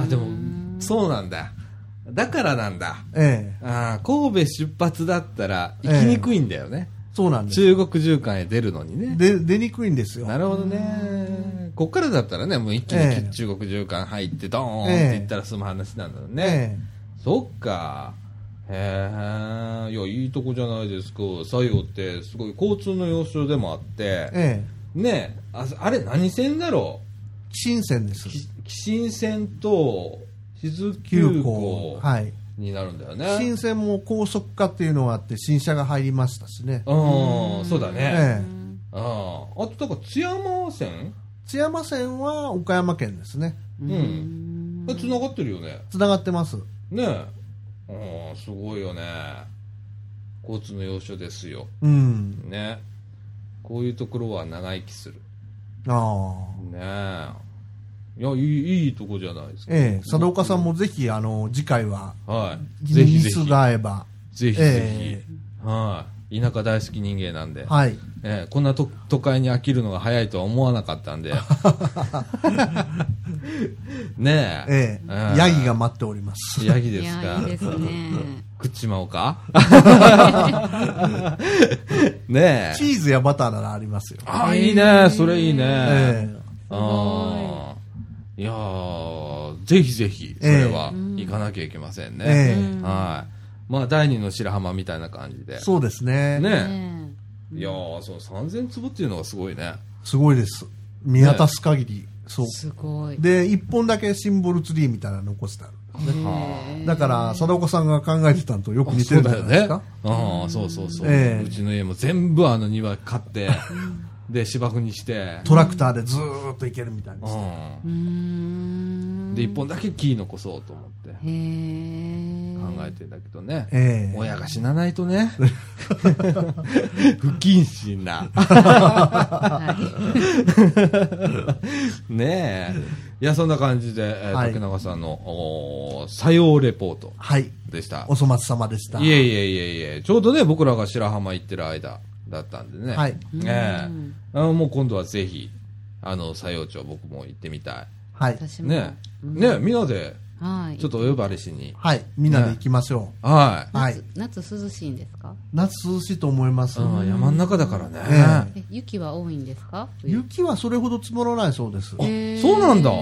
でもそうなんだ。だからなんだ。神戸出発だったら行きにくいんだよね。 そうなんです。 中国縦貫へ出るのにね。 出にくいんですよ。 なるほどね。こっからだったらね、もう一気に中国縦貫入ってドーンって行ったら済む話なんだろうね。そっか。 へえ、いや、いいとこじゃないですか。西予ってすごい交通の要衝でもあって、ねえ、あれ何線だろう。 紀信線です。 紀信線と志津急行になるんだよね。 紀信線も高速化っていうのがあって新車が入りましたしね。 そうだね。あとだから津山線？ 津山線は岡山県ですね。 つながってるよね。 つながってます。 ねえ。すごいよね。交通の要所ですよ。ね。こういうところは長生きする。ねえ。いや、いいとこじゃないですか。 佐岡さんもぜひ、次回は、 ぜひぜひ。 ミスが合えば。 ぜひぜひ。田舎大好き人間なんで。こんな都会に飽きるのが早いとは思わなかったんで。ねえ。 ヤギが待っております。 ヤギですか。 いいですね。 食っちまおうかねえ。 チーズやバターならありますよ。 いいね。それいいね。いやー、ぜひぜひ、それは行かなきゃいけませんね。まあ、第二の白浜みたいな感じで。 そうですね。 ねいやー、そう、3000坪っていうのがすごいね。 すごいです。見渡す限り。そう。 すごい。 で、1本だけシンボルツリーみたいなの残してある。だから、貞岡さんが考えてたのとよく似てるんじゃないですか。 そうそうそう。うちの家も全部庭買って、で、芝生にして。 トラクターでずーっと行けるみたいにして。 で、一本だけ木残そうと思って。考えてんだけどね。親が死なないとね。不謹慎な。ねえ。いや、そんな感じで、竹永さんの、佐用レポート。でした。 お粗末様でした。 いえ。ちょうどね、僕らが白浜行ってる間だったんでね。もう今度はぜひ、佐用町僕も行ってみたい。ね、みんなで、ちょっとお呼ばれしに。 みんなで行きましょう。 夏涼しいんですか？ 夏涼しいと思います。 山の中だからね。 雪は多いんですか？ 雪はそれほど積もらないそうです。 そうなんだ。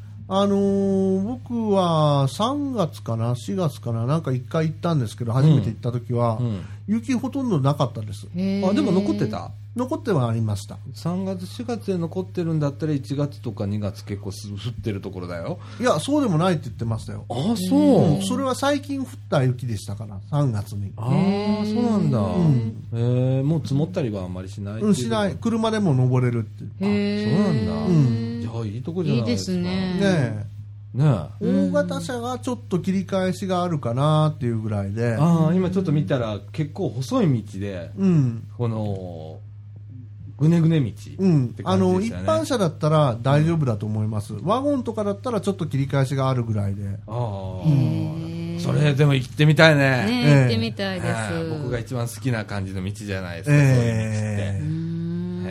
僕は3月かな4月かななんか1回行ったんですけど、初めて行った時は、雪ほとんどなかったです。 でも残ってた？ 残ってはありました。 3月4月で残ってるんだったら1月とか2月結構降ってるところだよ。 いや、そうでもないって言ってましたよ。 そう。 それは最近降った雪でしたから3月に。 そうなんだ。もう積もったりはあんまりしない。 しない。車でも登れるって。 そうなんだ。じゃあいいとこじゃないですか。 いいですね。 大型車がちょっと切り返しがあるかなっていうぐらいで。 今ちょっと見たら結構細い道で、このぐねぐね道って感じでしたね。 一般車だったら大丈夫だと思います。ワゴンとかだったらちょっと切り返しがあるぐらいで。 それでも行ってみたいね。 行ってみたいです。 僕が一番好きな感じの道じゃないですか。そういう道って。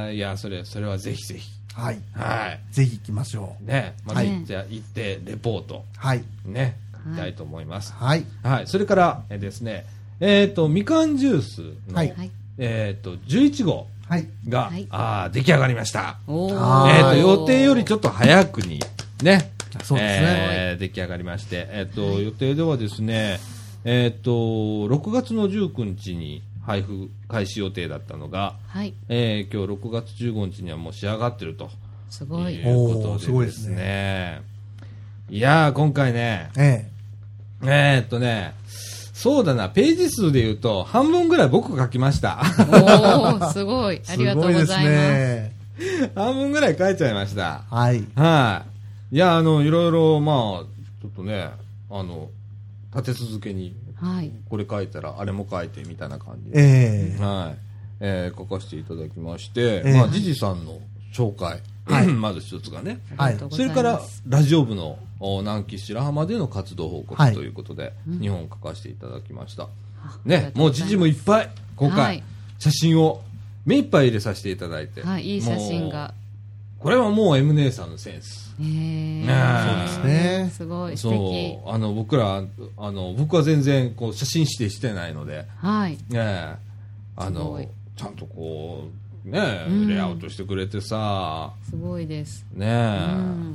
いや、それはぜひぜひ。 ぜひ行きましょう。 まずじゃあ行ってレポート。ね。行きたいと思います。それからですね、みかんジュースの11号が出来上がりました。予定よりちょっと早くにね、出来上がりまして、予定ではですね、6月の19日に配布開始予定だったのが、今日6月15日にはもう仕上がってるということでですね。いやー、今回ね、そうだな、ページ数で言うと半分ぐらい僕書きました。 すごい、ありがとうございます。 半分ぐらい書いちゃいました。いや、いろいろ、まあちょっとね、立て続けにこれ書いたらあれも書いてみたいな感じで、書かせていただきまして、ジジさんの紹介、まず一つがね、それからラジオ部の南紀白浜での活動報告ということで2本書かせていただきました。もうジジもいっぱい今回写真を目いっぱい入れさせていただいて、 いい写真が。 これはもう M 姉さんのセンス。 そうですね。 すごい素敵。 僕は全然こう写真指定してないので、ちゃんとこうレイアウトしてくれてさ、 すごいです。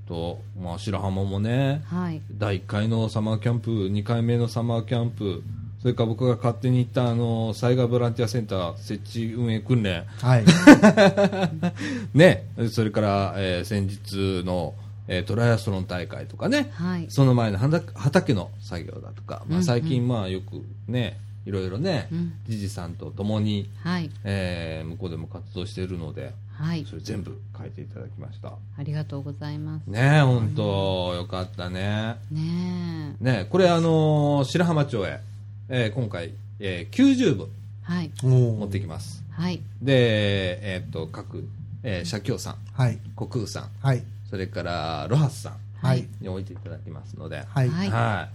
まあ、白浜もね、 はい、 第1回のサマーキャンプ、2回目のサマーキャンプ、それから僕が勝手に行った災害ボランティアセンター設置運営訓練、 はいね、それから、先日の、トライアスロン大会とかね、 はい、 その前の畑の作業だとか、まあ、最近まあよくね、いろいろね、じじさんと共に、 はい、 向こうでも活動しているので、 はい、 それ全部書いていただきました。 ありがとうございます。 ねえ、本当よかったね。 ねえ。 ねえ、これ白浜町へ、今回、90部、 はい、 持ってきます。 はい。 で、各、社協さん、 はい、 国空さん、 はい、 それからロハスさん、 はい、 に置いていただきますので、 はい、 はい。 はい。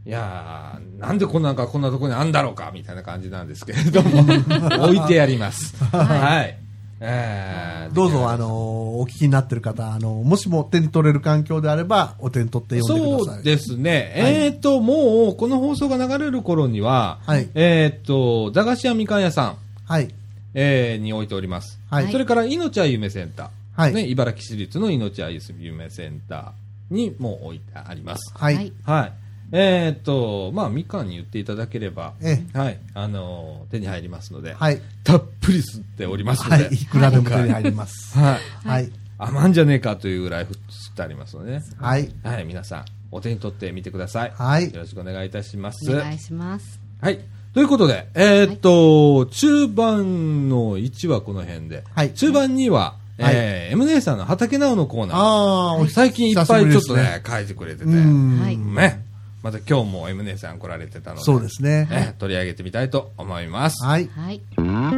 いやー、なんでこんなとこにあんだろうかみたいな感じなんですけれども置いてやります。はい。 どうぞお聞きになっている方もしも手に取れる環境であればお手に取って読んでください。 そうですね。もうこの放送が流れる頃には、 はい、 駄菓子屋みかん屋さん、 はい、 に置いております。 はい。 それから命あゆめセンター、 はい、 ね、茨城市立の命あゆめセンターにも置いてあります。 はい。 はい。まあ、みかんに言っていただければ、はい、手に入りますので、 はい、 たっぷり吸っておりますので、 はい、いくらでも手に入ります。 はい。 はい。 甘んじゃねえかというぐらい吸ってありますのでね。 はい。 はい、皆さん、お手に取ってみてください。 はい。 よろしくお願いいたします。 お願いします。 はい。ということで、中盤の1はこの辺で、はい、中盤2は、M 姉さんの畑直のコーナー。最近いっぱいちょっとね、書いてくれてて、ね。また今日も M 姉さん来られてたので、 そうですね。 取り上げてみたいと思います。 はい。 はい。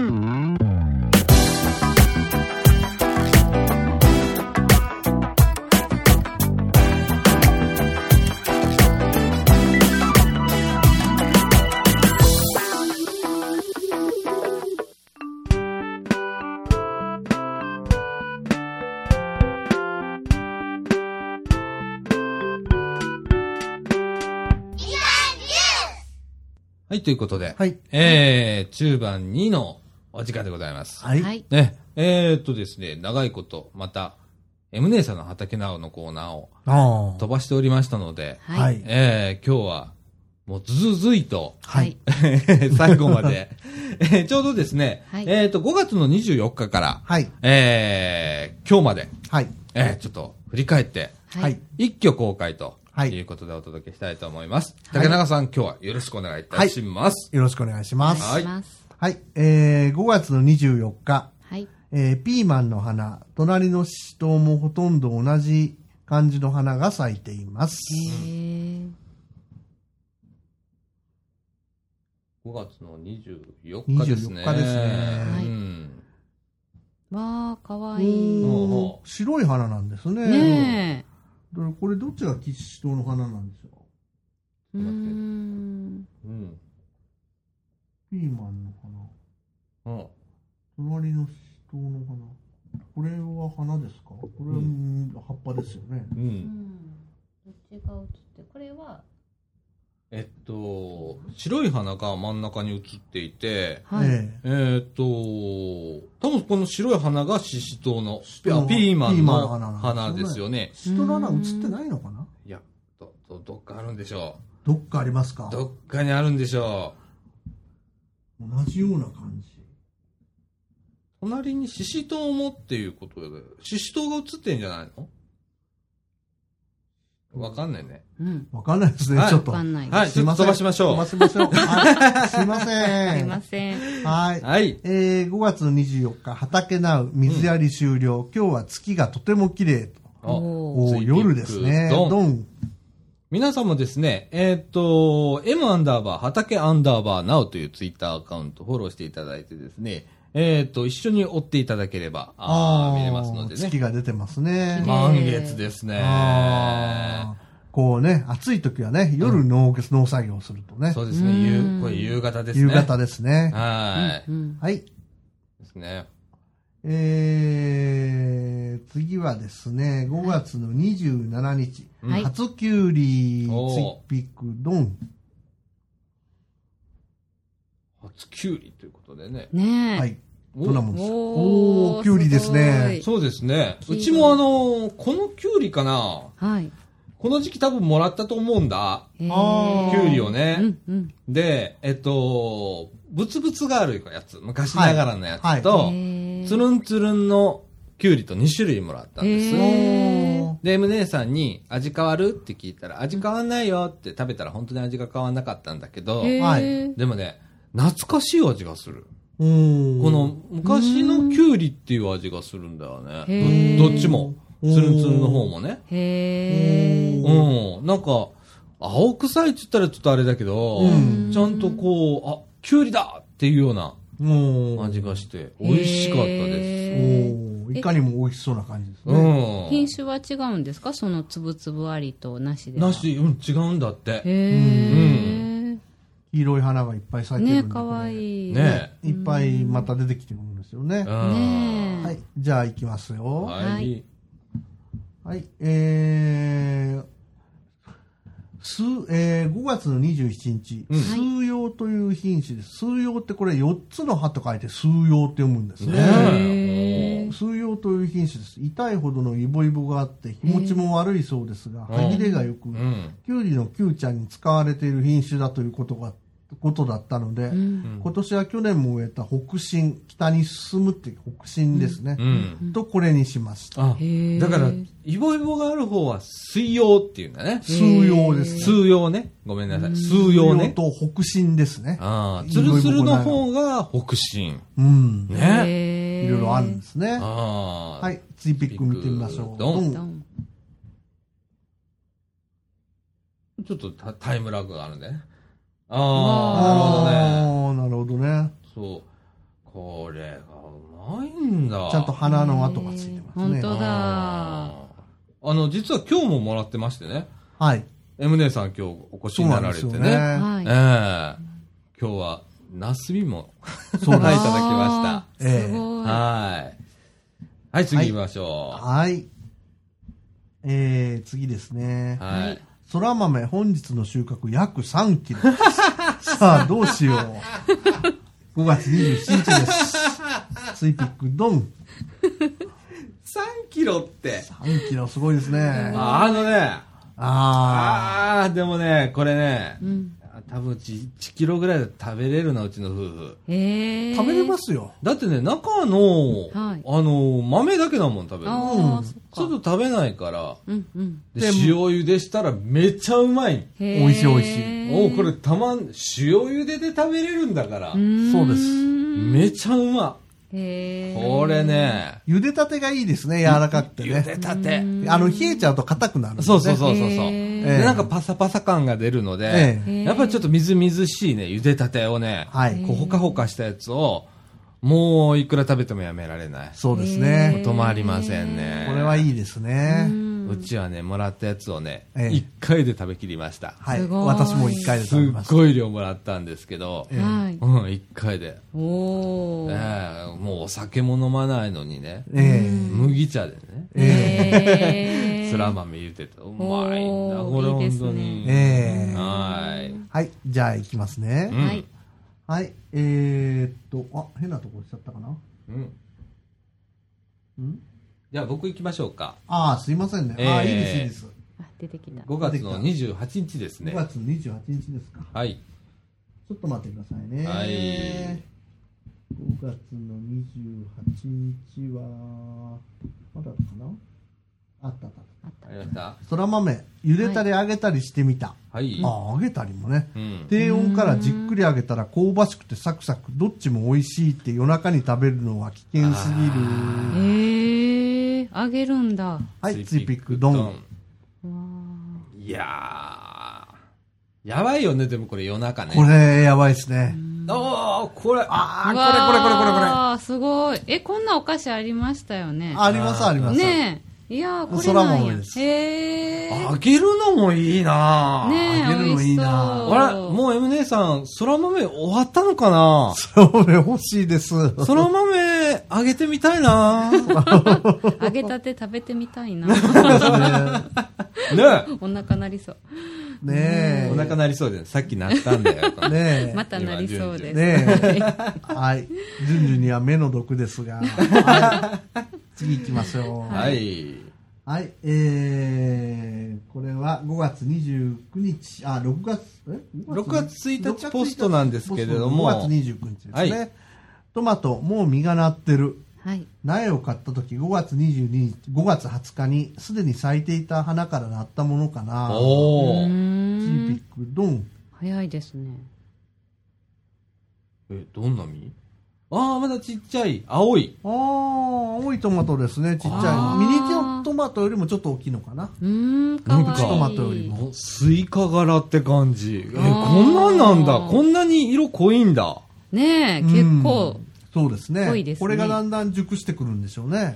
はい、ということで、 はい、 中盤2のお時間でございます。 はい。 ね、ですね、長いこと、また、M 姉さんの畑直のコーナーを飛ばしておりましたので、 はい。 今日は、もうずずいと、 はい。 最後まで、ちょうどですね、 はい、 5月の24日から、 はい。 今日まで、 はい。 ちょっと振り返って、 はい。 一挙公開と、 はい。 ということでお届けしたいと思います。竹中さん、今日はよろしくお願いいたします。 よろしくお願いします。 はい。 はい。5月の24日。 はい。 ピーマンの花、隣のシシトウもほとんど同じ感じの花が咲いています。 5月の24日ですね。 24日ですね。 はい。わー、かわいい。 白い花なんですね。 ねえ。 これどっちがシシトウの花なんでしょう。ピーマンの花。隣のシシトウの花。これは花ですか？これは葉っぱですよね。 どっちが映って、これは白い花が真ん中に写っていて、 はい。 多分この白い花がシシトウのピーマンの花ですよね。 シシトウの花写ってないのかな？ いや、どっかあるんでしょう。どっかありますか？ どっかにあるんでしょう。同じような感じ。 隣にシシトウもっていうことで、シシトウが写ってんじゃないの？わかんないね。 わかんないですね、ちょっと。 わかんない。 はい、ちょっと飛ばしましょう。 飛ばしましょう。はい、すいません。 すいません。 はい。 はい。 5月の24日、畑なう、水やり終了。今日は月がとても綺麗と。夜ですね。ドン。 皆さんもですね、M_ 畑_nowというツイッターアカウントフォローしていただいてですね、一緒に追っていただければ、見れますのでね。 月が出てますね。 満月ですね。 こうね、暑い時はね、夜農作業するとね。 そうですね。これ夕方ですね。 夕方ですね。 はい。 はい。 ですね。 次はですね、5月の27日。初きゅうり、ツイピック、ドン。 初きゅうりということでね。 ねえ。 はい。 どんなもんですか？おー、きゅうりですね。 そうですね。うちもこのきゅうりかな。 はい。 この時期多分もらったと思うんだ。きゅうりをね。で、ブツブツがあるやつ。昔ながらのやつと、つるんつるんのきゅうりと2種類もらったんです。で、M 姉さんに味変わるって聞いたら、味変わんないよって食べたら本当に味が変わんなかったんだけど、でもね、懐かしい味がする。この昔のきゅうりっていう味がするんだよね。どっちも。つるんつるんの方もね。なんか、青臭いって言ったらちょっとあれだけど、ちゃんとこう、きゅうりだっていうような味がして、美味しかったです。 いかにも美味しそうな感じですね。 品種は違うんですか？そのつぶつぶありとなしでは。 なし、違うんだって。 黄色い花がいっぱい咲いてるんで。 ね、かわいい。 ね。いっぱいまた出てきてるんですよね。はい。じゃあ行きますよ。 はい。 はい。5月の27日、数葉という品種です。数葉ってこれ4つの葉と書いて数葉って読むんですね。数葉という品種です。痛いほどのイボイボがあって日持ちも悪いそうですが、歯切れがよく、キュウリのキュウちゃんに使われている品種だということだったので、今年は去年も植えた北進、北に進むっていう北進ですね、とこれにしました。 だからイボイボがある方は水葉っていうんだね。 数葉ですね。 数葉ね。ごめんなさい。数葉ね。 と北進ですね。 つるつるの方が北進。ね。 いろいろあるんですね。はい。次ピック見てみましょう。ドン。 ちょっとタイムラグがあるね。なるほどね。 なるほどね。 そう。これがうまいんだ。 ちゃんと花の跡がついてますね。 本当だ。 実は今日ももらってましてね。 はい。 M 姉さん今日お越しになられてね。今日はナスビもいただきました。 すごい。 はい、次行きましょう。 はい。次ですね。 はい。 そら豆本日の収穫約3キロです。さあ、どうしよう。5月27日です。ツイピックドン。 3キロって。 3キロすごいですね。 でもね、これね、多分1キロぐらいで食べれるな、うちの夫婦。 食べれますよ。 だってね、中の、豆だけだもん、食べるの。ちょっと食べないから。で、塩茹でしたらめっちゃうまい。 美味しい美味しい。 これ塩茹でで食べれるんだから。 そうです。 めちゃうま。これね。 茹でたてがいいですね、柔らかくてね。 茹でたて。 冷えちゃうと硬くなるんですね。そう。で、なんかパサパサ感が出るので、やっぱりちょっとみずみずしいね、茹でたてをね、こうほかほかしたやつを、もういくら食べてもやめられない。 そうですね。 止まりませんね。 これはいいですね。 うちはね、もらったやつをね、1回で食べきりました。 はい。私も1回で食べました。 すっごい量もらったんですけど、1回で。もうお酒も飲まないのにね、麦茶でね、そら豆茹でて、うまいんだ、これ本当に。 はい。じゃあ行きますね。はい。変なところしちゃったかな？ じゃあ僕行きましょうか。 すいませんね。いいです、いいです。 出てきた。 5月の28日ですね。 5月の28日ですか。 はい。 ちょっと待ってくださいね。 はい。 5月の28日は、まだかな？あった。 ありました。 そら豆、茹でたり揚げたりしてみた。 はい。 揚げたりもね。低温からじっくり揚げたら香ばしくてサクサク、どっちも美味しいって夜中に食べるのは危険すぎる。 揚げるんだ。 はい、ツイピックドン。 いやー、やばいよね、でもこれ夜中ね。 これ、やばいですね。 これ。 これ。 すごい。こんなお菓子ありましたよね。 あります。 ねえ。いやこれそら豆です。 揚げるのもいいなねえ、 揚げるのいいなあれもう M 姉さん、そら豆終わったのかな？ そら豆欲しいです。 そら豆、 揚げてみたいな揚げたて食べてみたいな。 ねお腹なりそう。 ねえ。 お腹なりそうで、さっきなったんだよ。 ねえ。 またなりそうです。 ねえ。はい。ジュンジュには目の毒ですが。はい、次行きましょう。 はい。 はい。これは5月29日、6月 1日ポストなんですけれども。 5月29日ですね。 はい、 トマト、もう実がなってる。 はい。 苗を買った時5月22日、5月20日にすでに咲いていた花からなったものかな。 おー。 チーピック、ドン。 早いですね。 どんな実？ああ、まだちっちゃい。青い。 ああ、青いトマトですね、ちっちゃい。ミニトマトよりもちょっと大きいのかな。 かわいい。 プチトマトよりも。 スイカ柄って感じ。こんなんなんだ。こんなに色濃いんだ。 ねえ、結構。 そうですね。 濃いですね。 これがだんだん熟してくるんでしょうね。 へ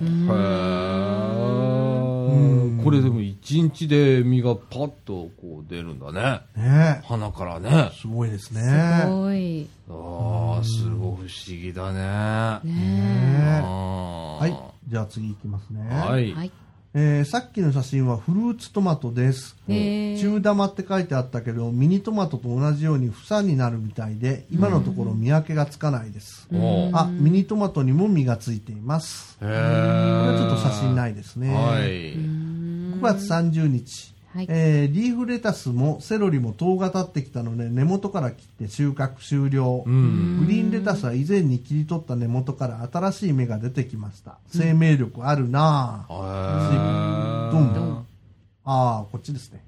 ー。これでも1日で実がパッとこう出るんだね。 ねえ。 花からね。 すごいですね。 すごい。 ああ、すごい不思議だね。 ねえ。はい。じゃあ次いきますね。 はい。 さっきの写真はフルーツトマトです。中玉って書いてあったけど、ミニトマトと同じように房になるみたいで、今のところ見分けがつかないです。あ、ミニトマトにも実がついています。これはちょっと写真ないですね。 はい。 5月30日。リーフレタスもセロリも糖が立ってきたので根元から切って収穫終了。グリーンレタスは以前に切り取った根元から新しい芽が出てきました。生命力あるなぁ。どんどん。ああ、こっちですね。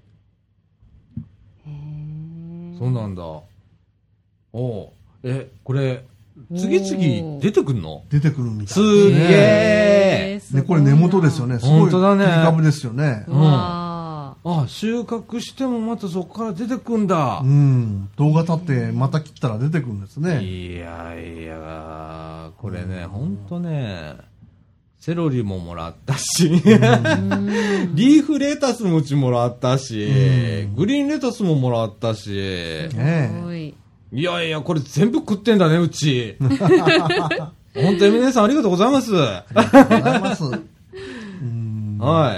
そうなんだ。これ、次々出てくるの？ 出てくるみたい。 すげー。 ね、これ根元ですよね。すごい切り株ですよね。 あ、収穫してもまたそこから出てくんだ。 動画立ってまた切ったら出てくるんですね。 いやいや、これね、ほんとね、セロリももらったし、リーフレタスもうちもらったし、グリーンレタスももらったし、いやいや、これ全部食ってんだね、うち。ほんと、エミネさんありがとうございます。 ありがとうございます。 はい。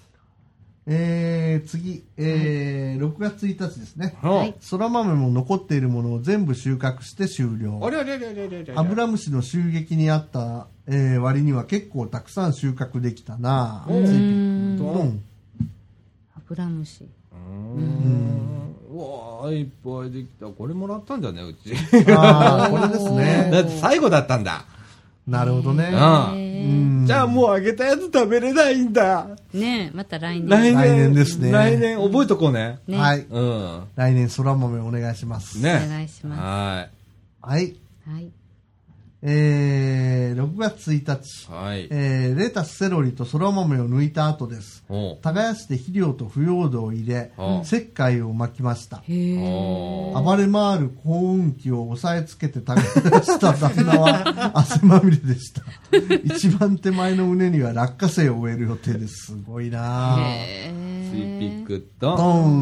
次、6月1日ですね。そら豆も残っているものを全部収穫して終了。アブラムシの襲撃にあった、割には結構たくさん収穫できたな。アブラムシ。 うわー、いっぱいできた。これもらったんじゃね、うち。 ああ、これですね。 だって最後だったんだ。 なるほどね。 じゃあもう揚げたやつ食べれないんだ。 ねえ、また来年。 来年ですね。 来年覚えとこうね。 はい。来年そら豆お願いします。 ね。お願いします。 はい。6月1日。レタス、セロリとそら豆を抜いた後です。耕して肥料と腐葉土を入れ、石灰を巻きました。暴れ回る耕運機を押さえつけて耕した旦那は汗まみれでした。一番手前の畝には落花生を植える予定です。すごいなぁ。 スイピックと。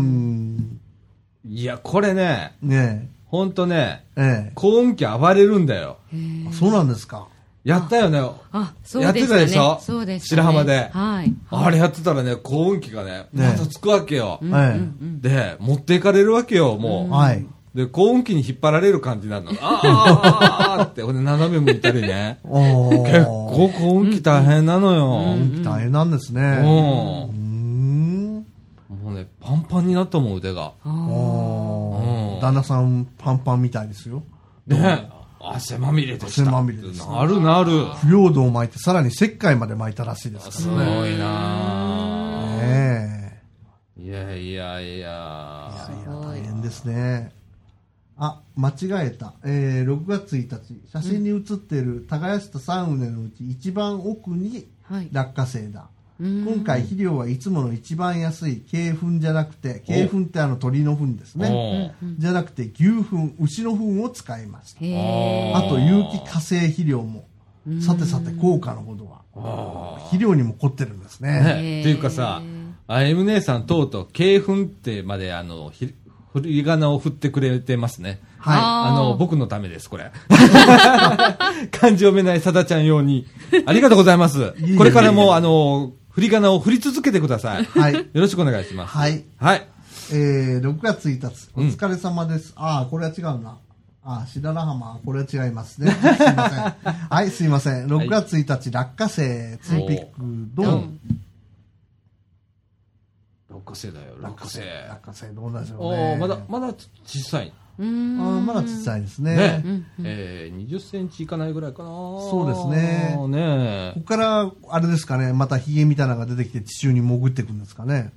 いや、これね。ほんとね、耕運機暴れるんだよ。 そうなんですか。 やったよね。やってたでしょ？ そうです。 白浜で。 はい。 あれやってたらね、耕運機がね、またつくわけよ。で、持っていかれるわけよ、もう。 はい。 で、耕運機に引っ張られる感じになるの。あーって、ほんで斜め向いたりね。結構耕運機大変なのよ。 耕運機大変なんですね。 もうね、パンパンになったもん、腕が。 旦那さんパンパンみたいですよ。 ね、汗まみれでした。 汗まみれです。 なるなる。 腐葉土を巻いて、さらに石灰まで巻いたらしいですからね。 すごいなぁ。 ねえ。いやいやいや。 大変ですね。あ、間違えた。6月1日、写真に写っている耕した3畝のうち一番奥に落花生だ。今回肥料はいつもの一番安い鶏粉じゃなくて、鶏粉って鳥の糞ですね。じゃなくて牛糞、牛の糞を使いました。あと有機化成肥料も。さてさて効果のほどは。肥料にも凝ってるんですね。 っていうかさ、M 姉さんとうとう鶏粉ってまで振り仮名を振ってくれてますね。 はい。 僕のためです、これ。漢字読めないさだちゃん用に。ありがとうございます。これからも、振り仮名を振り続けてください。 はい。 よろしくお願いします。 はい。 はい。 6月1日、お疲れ様です。これは違うな。白良浜、これは違いますね。すいません。はい、すいません。6月1日、落花生、ツーピック、ドン。 落花生だよ、落花生。 落花生、どうなんでしょうね。 まだ小さい。 まだ小さいですね。 20センチいかないぐらいかな。 そうですね。ここから、あれですかね、またヒゲみたいなのが出てきて地中に潜っていくんですかね。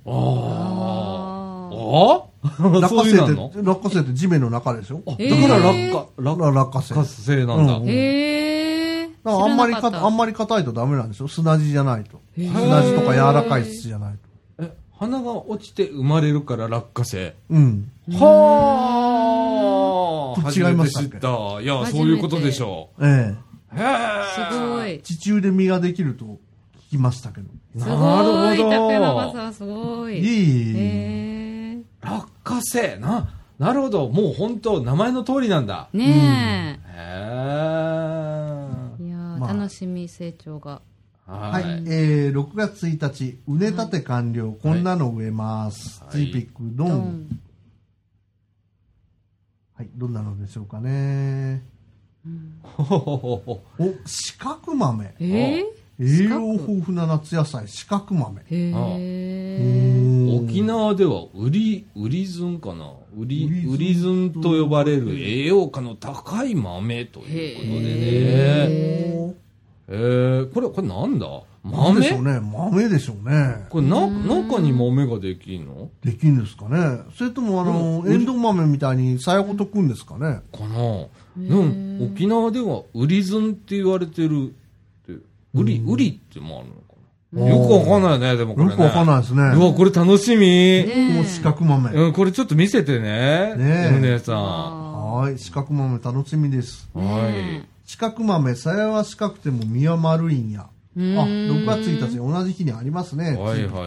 落花生って地面の中でしょ。だから落花生なんだ。 あんまり硬いとダメなんでしょ。砂地じゃないと。砂地とか柔らかい土じゃないと。 花が落ちて生まれるから落花生。 うん。 はあ。 違いましたっけ？ いや、そういうことでしょう。 ええ。すごい。 地中で実ができると聞きましたけど。 なるほど。竹中さん、すごい。 落花生なるほど。もう本当名前の通りなんだ。 ねえ。いや楽しみ、成長が。 はい。6月1日、畝立て完了。こんなの植えます。ツイピック、ドン。はい。どんなのでしょうかね。四角豆。栄養豊富な夏野菜、四角豆。 沖縄ではウリズンかな。ウリズンと呼ばれる栄養価の高い豆ということでね。これなんだ？ 豆でしょうね。豆でしょうね。 これ中に豆ができんの？ できんですかね。それともエンドウ豆みたいにさやごとくんですかね。 かな。沖縄ではウリズンって言われてるって、ウリってもあるのかな。よくわかんないね、でもこれね。 よくわかんないですね。 うわ、これ楽しみ。 もう四角豆。 これちょっと見せてね。ねえ。さん。 はい、四角豆楽しみです。 はい。 四角豆、さやは四角くても実は丸いんや。6月1日同じ日にありますね。 はいはい。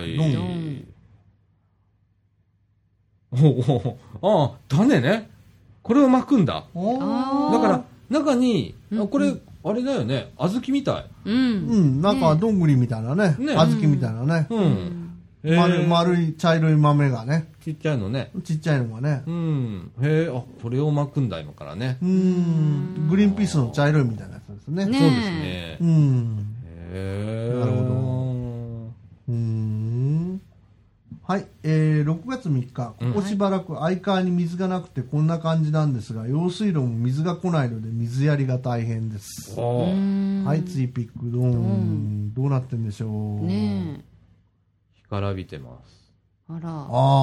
種ね。これを巻くんだ。だから中にこれあれだよね。小豆みたい。 なんかどんぐりみたいなね。小豆みたいなね。丸い茶色い豆がね。 ちっちゃいのね。 ちっちゃいのがね。 これを巻くんだ今からね。 グリーンピースの茶色いみたいなやつですね。 そうですね。 なるほど。はい、6月3日、ここしばらく相川に水がなくてこんな感じなんですが、用水路も水が来ないので水やりが大変です。はい、ツイピックドーン。どうなってんでしょう。 ねえ。 干からびてます。 あら。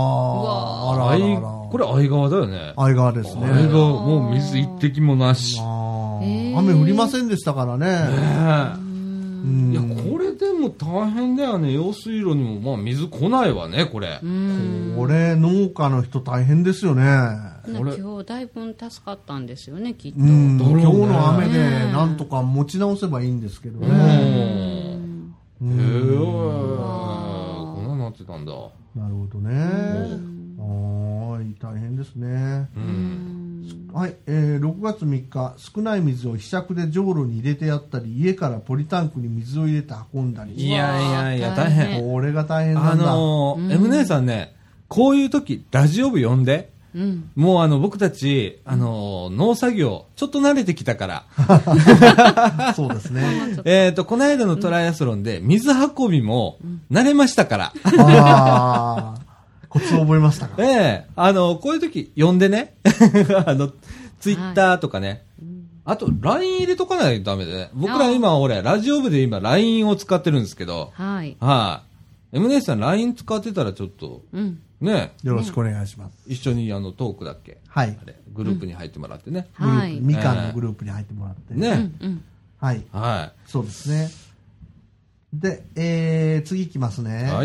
これ相川だよね。 相川ですね。 相川、もう水一滴もなし。 雨降りませんでしたからね。 いや、これでも大変だよね。用水路にも水来ないわね、これ。 これ、農家の人大変ですよね。 今日だいぶ助かったんですよね、きっと。 今日の雨でなんとか持ち直せばいいんですけどね。 こんなになってたんだ。 なるほどね。大変ですね。はい、6月3日、少ない水をひしゃくでじょうろに入れてやったり、家からポリタンクに水を入れて運んだり。 いや、大変。 これが大変なんだ。 M 姉さんね、こういう時、ラジオ部呼んで。もう僕たち、農作業、ちょっと慣れてきたから。 そうですね。 この間のトライアスロンで、水運びも慣れましたから。 コツを覚えましたか？ こういう時呼んでね、ツイッターとかね、あと LINE 入れとかないとダメでね。僕ら今、ラジオ部で今 LINE を使ってるんですけど、 はい。 M 姉さん LINE 使ってたらちょっと、ね。 よろしくお願いします。 一緒にトークだっけ？ はい。 グループに入ってもらってね。 みかんのグループに入ってもらって。 ね。 はい。そうですね。で、次いきますね。 はい。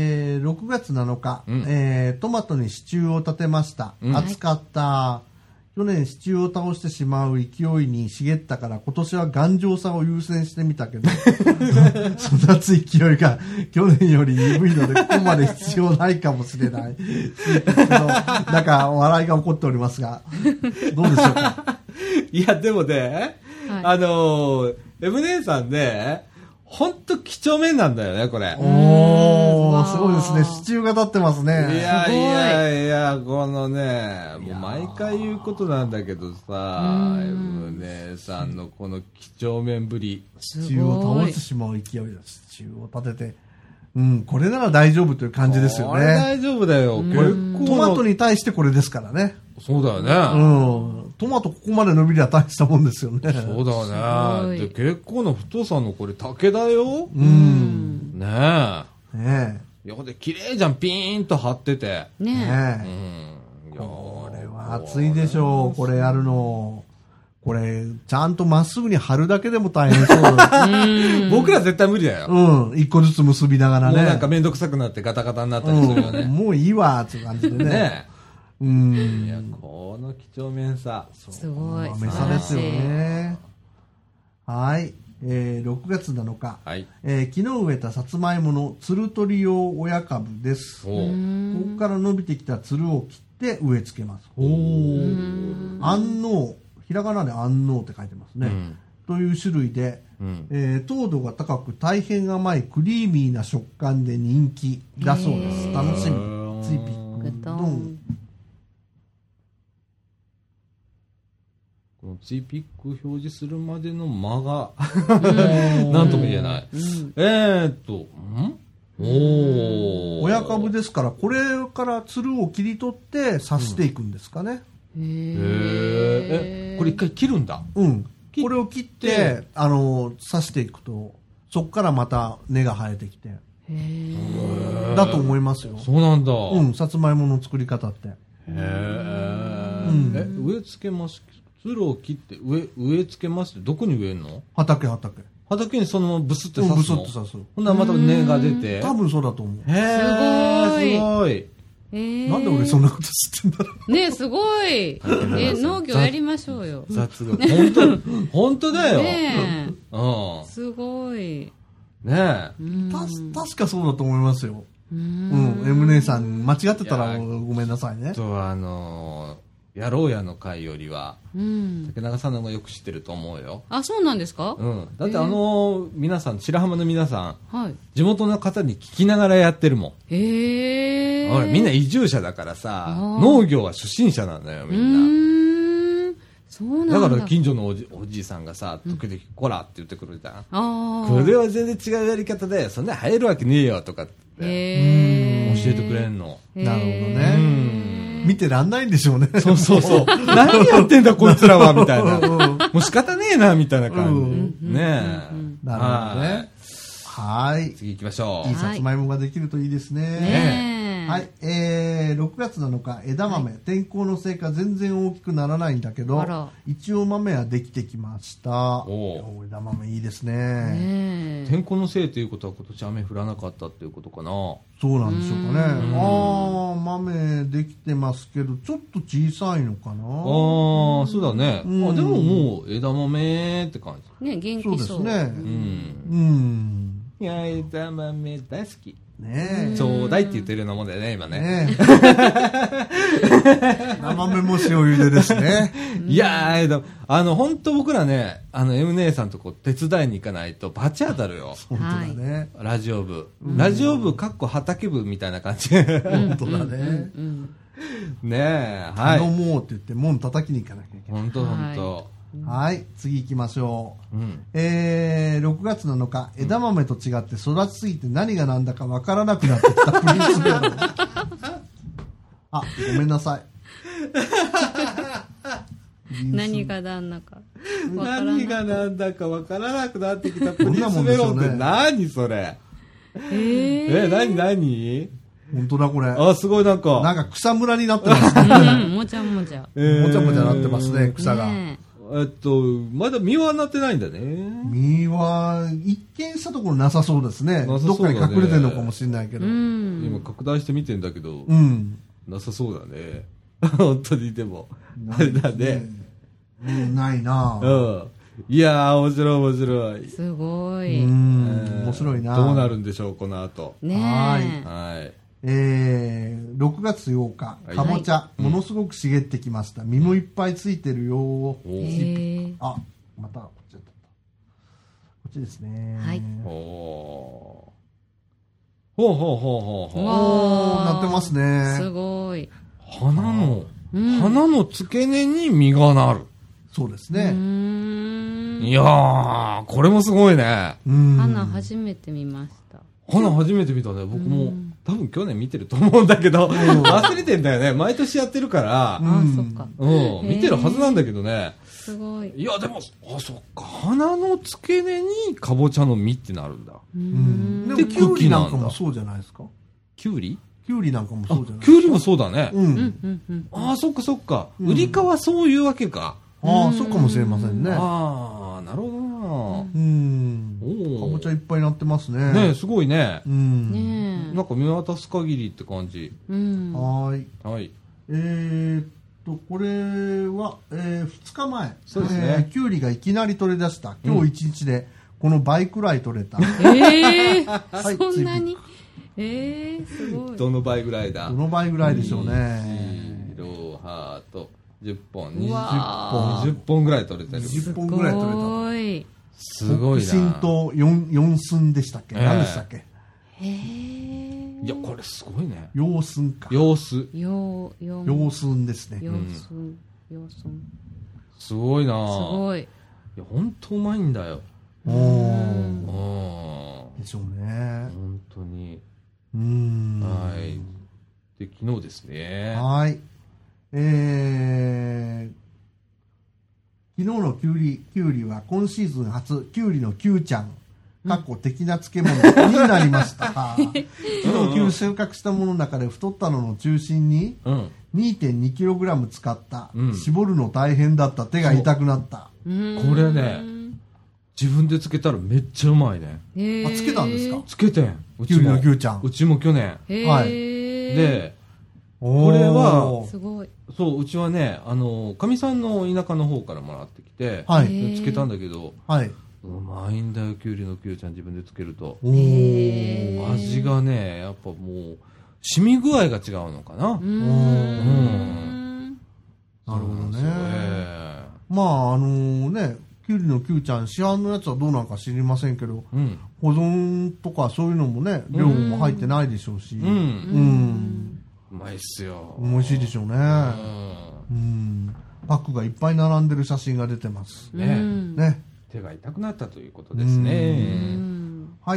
6月7日、トマトに支柱を立てました。暑かった。 去年支柱を倒してしまう勢いに茂ったから今年は頑丈さを優先してみたけど育つ勢いが去年より鈍いのでここまで必要ないかもしれないなんか笑いが起こっておりますがどうでしょうか。 いやでもね、はい、M 姉さんねほんと几帳面なんだよねこれ。 おーすごいですね。支柱が立ってますね。 いやいやいやこのねもう毎回言うことなんだけどさ M 姉さんのこの几帳面ぶり。 支柱を倒してしまう勢いだ。支柱を立ててこれなら大丈夫という感じですよね。 これ大丈夫だよ。 結構トマトに対してこれですからね。 そうだよね。 トマトここまで伸びりゃ大したもんですよね。 そうだよね。で結構な太さのこれ竹だよ。ねえ。ねえ。いやで綺麗じゃんピーンと張ってて。 ねえ。これは熱いでしょう。これやるの。これちゃんとまっすぐに貼るだけでも大変そう。 僕ら絶対無理だよ。 一個ずつ結びながらね。 もうなんかめんどくさくなってガタガタになったりするよね。 もういいわっていう感じでね。ねいやこの几帳面さすごいめさですよね。はい、6月7日、はい昨日植えたさつまいものつる取り用親株です。ここから伸びてきたつるを切って植え付けます。安納ひらがなで安納って書いてますね、という種類で、糖度が高く大変甘いクリーミーな食感で人気だそうです。楽しみ。ついピックドン。 このツイピック表示するまでの間が何とも言えない。 親株ですからこれからつるを切り取って刺していくんですかね。 これ一回切るんだ。 これを切って刺していくとそこからまた根が生えてきてだと思いますよ。 そうなんだ。 さつまいもの作り方って。 植え付けますつるを切って植え付けますってどこに植えるの？畑にそのままブスって刺すの？ほんならまた根が出て。 多分そうだと思う。 すごい。 なんで俺そんなこと知ってんだろう。 ねすごい。農業やりましょうよ。 雑学。本当だよ。 ねすごい。 ね確かそうだと思いますよ。M 姉さん間違ってたらごめんなさいね。やろうやの会よりは、竹中さんの方がよく知ってると思うよ。 あ、そうなんですか？ だって皆さん、白浜の皆さん、地元の方に聞きながらやってるもん。ほら、みんな移住者だからさ、農業は初心者なんだよ、みんな。 そうなんだ。 だから近所のおじいさんがさ、時々こらって言ってくるじゃん。これは全然違うやり方で、そんな生えるわけねえよとかって、教えてくれんの。 なるほどね。見てらんないんでしょうね。 そう。何やってんだこいつらはみたいな。もう仕方ねえなみたいな感じ。ねえ。なるほどね。はい。 次行きましょう。 いいさつまいもができるといいですね。はい。6月7日、枝豆。天候のせいか全然大きくならないんだけど、一応豆はできてきました。枝豆いいですね。 天候のせいということは今年雨降らなかったっていうことかな。 そうなんでしょうかね。豆できてますけど、ちょっと小さいのかな。 そうだね。でももう枝豆って感じ。 ね、元気そう。 そうですね。 いや、枝豆大好き。 ねちょうだいって言ってるようなもんだよね、今ね。 生豆も塩茹でですね。 いや本当僕らね、M 姉さんとこ手伝いに行かないとバチ当たるよ。 本当だね。 ラジオ部。ラジオ部、畑部みたいな感じ。 本当だね。 ねえ、 はい。頼もうって言って門叩きに行かなきゃいけない。 本当。 はい、次行きましょう。6月7日、枝豆と違って育ちすぎて何が何だかわからなくなってきたプリンスベロン。あ、ごめんなさい。 何が何だか。 何が何だかわからなくなってきたプリンスベロンって何それ。何本当だこれ。 あ、すごいなんか草むらになってますね。 もちゃもちゃ。 もちゃもちゃなってますね、草が。 まだ実はなってないんだね。 実は一見したところなさそうですね。どっかに隠れてるのかもしれないけど。 今拡大して見てんだけど、なさそうだね。 本当にでも。あれだね。 ないな。 いやー、面白い。 すごい。 面白いな。 どうなるんでしょう、この後。 ねえ。はい。 6月8日、かぼちゃ、ものすごく茂ってきました。実もいっぱいついてるよ。あ、またこっちだった。こっちですね。 はい。 ほう。 なってますね。 すごい。 花の付け根に実がなる。 そうですね。 いやー、これもすごいね。 花初めて見ました。 花初めて見たね。僕も多分去年見てると思うんだけど、忘れてんだよね。毎年やってるから。 そっか。 見てるはずなんだけどね。 すごい。 いや、でも、そっか。花の付け根にかぼちゃの実ってなるんだ。 でも、キュウリなんかもそうじゃないですか。 キュウリなんかもそうじゃないですか。 キュウリもそうだね。ああ、そっか。売りかはそういうわけか。 ああ、そうかもしれませんね。 ああ、なるほどな。 かぼちゃいっぱいなってますね。 ね、すごいね。 なんか見渡す限りって感じ。 はい。これは、2日前。 そうですね。 キュウリがいきなり取れ出した。今日1日で、この倍くらい取れた。 そんなにすごい。 どの倍ぐらいだ？ どの倍ぐらいでしょうね。 色、ハート、10本、 20 本ぐらい取れてる。 20本ぐらい取れた。 すごいな。 北進と4寸でしたっけ？何でしたっけ？ いや、これすごいね。 陽寸か。 陽寸ですね。 陽寸。 すごいな。 すごい。いや、ほんとうまいんだよ。 でしょうね。 本当に。はい。で、昨日ですね。 はい。昨日のキュウリは今シーズン初、キュウリのキュウちゃん、的な漬物になりました。昨日キュウリ収穫したものの中で太ったのの中心に、2.2kg 使った、絞るの大変だった、手が痛くなった。 これね、自分で漬けたらめっちゃうまいね。 漬けたんですか？ 漬けてん。 キュウリのキュウちゃん。 うちも去年。 はい。 で、これは、 すごい。 そう、うちはね、かみさんの田舎の方からもらってきて、漬けたんだけど、うまいんだよ、キュウリのキュウちゃん自分で漬けると。味がね、やっぱもう、染み具合が違うのかな。 なるほどね。まあ、キュウリのキュウちゃん、市販のやつはどうなんか知りませんけど、保存とかそういうのもね、量も入ってないでしょうし、 うまいっすよ。 美味しいでしょうね。パックがいっぱい並んでる写真が出てます。 ね。手が痛くなったということですね。 はい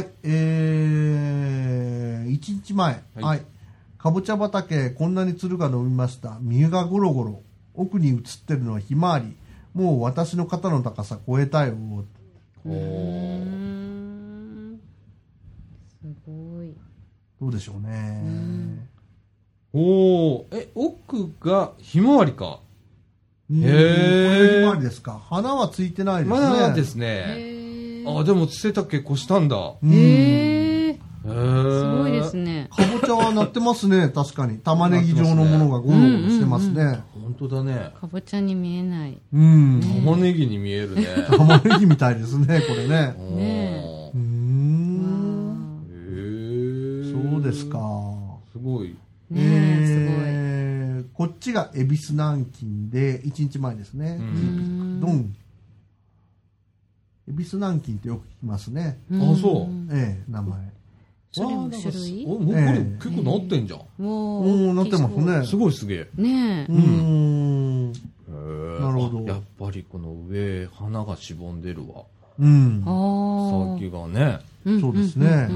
、1日前、かぼちゃ畑、こんなにつるが伸びました。実がゴロゴロ。奥に映ってるのはひまわり。もう私の肩の高さ超えたよ。 すごい。 どうでしょうね。 奥がひまわりか。 これひまわりですか。花はついてないですね。 まだですね。でも背丈越したんだ。 すごいですね。 かぼちゃはなってますね、確かに。玉ねぎ状のものがゴロゴロしてますね。 本当だね。 かぼちゃに見えない。 玉ねぎに見えるね。 玉ねぎみたいですね、これね。そうですか。 すごい。 こっちが恵比寿南京で、1日前ですね。ドン。恵比寿南京ってよく聞きますね。 そう。 名前。 種類も種類？ もうこれ結構なってんじゃん。 なってますね。 すごいすげえ。 ねえ。 なるほど。 やっぱりこの上、花がしぼんでるわ。先がね。 そうですね。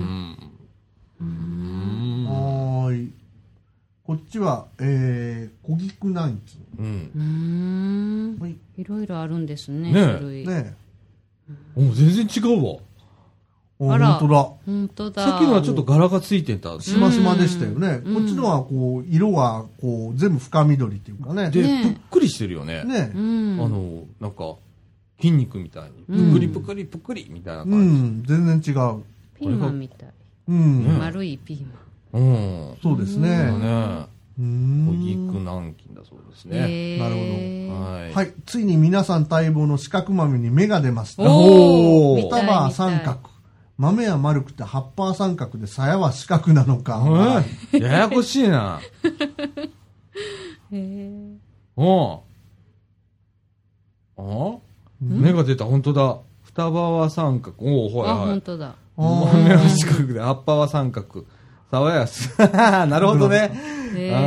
こっちは、小菊南京。 いろいろあるんですね、種類。 ねえ。全然違うわ。 本当だ。 さっきのはちょっと柄がついてた。 しましまでしたよね。こっちのは、色が、全部深緑っていうかね。 で、ぷっくりしてるよね。 ね。 なんか、筋肉みたいに。ぷっくりぷっくりぷっくりみたいな感じ。全然違う。 ピーマンみたい。丸いピーマン。 そうですね。 小菊南京だそうですね。 なるほど。 はい。 はい。ついに皆さん待望の四角豆に芽が出ました。 おー。 双葉三角。豆は丸くて葉っぱは三角で鞘は四角なのか。 ややこしいな。お芽が出た、本当だ。双葉は三角。おお、はいはい。 本当だ。 豆は四角で葉っぱは三角。鞘やなるほどね。いや、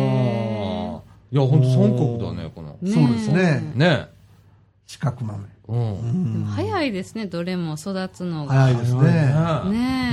本当三角だね、この。 そうですね。 ね。 四角豆。 でも早いですね、どれも育つのが。 早いですね。 ね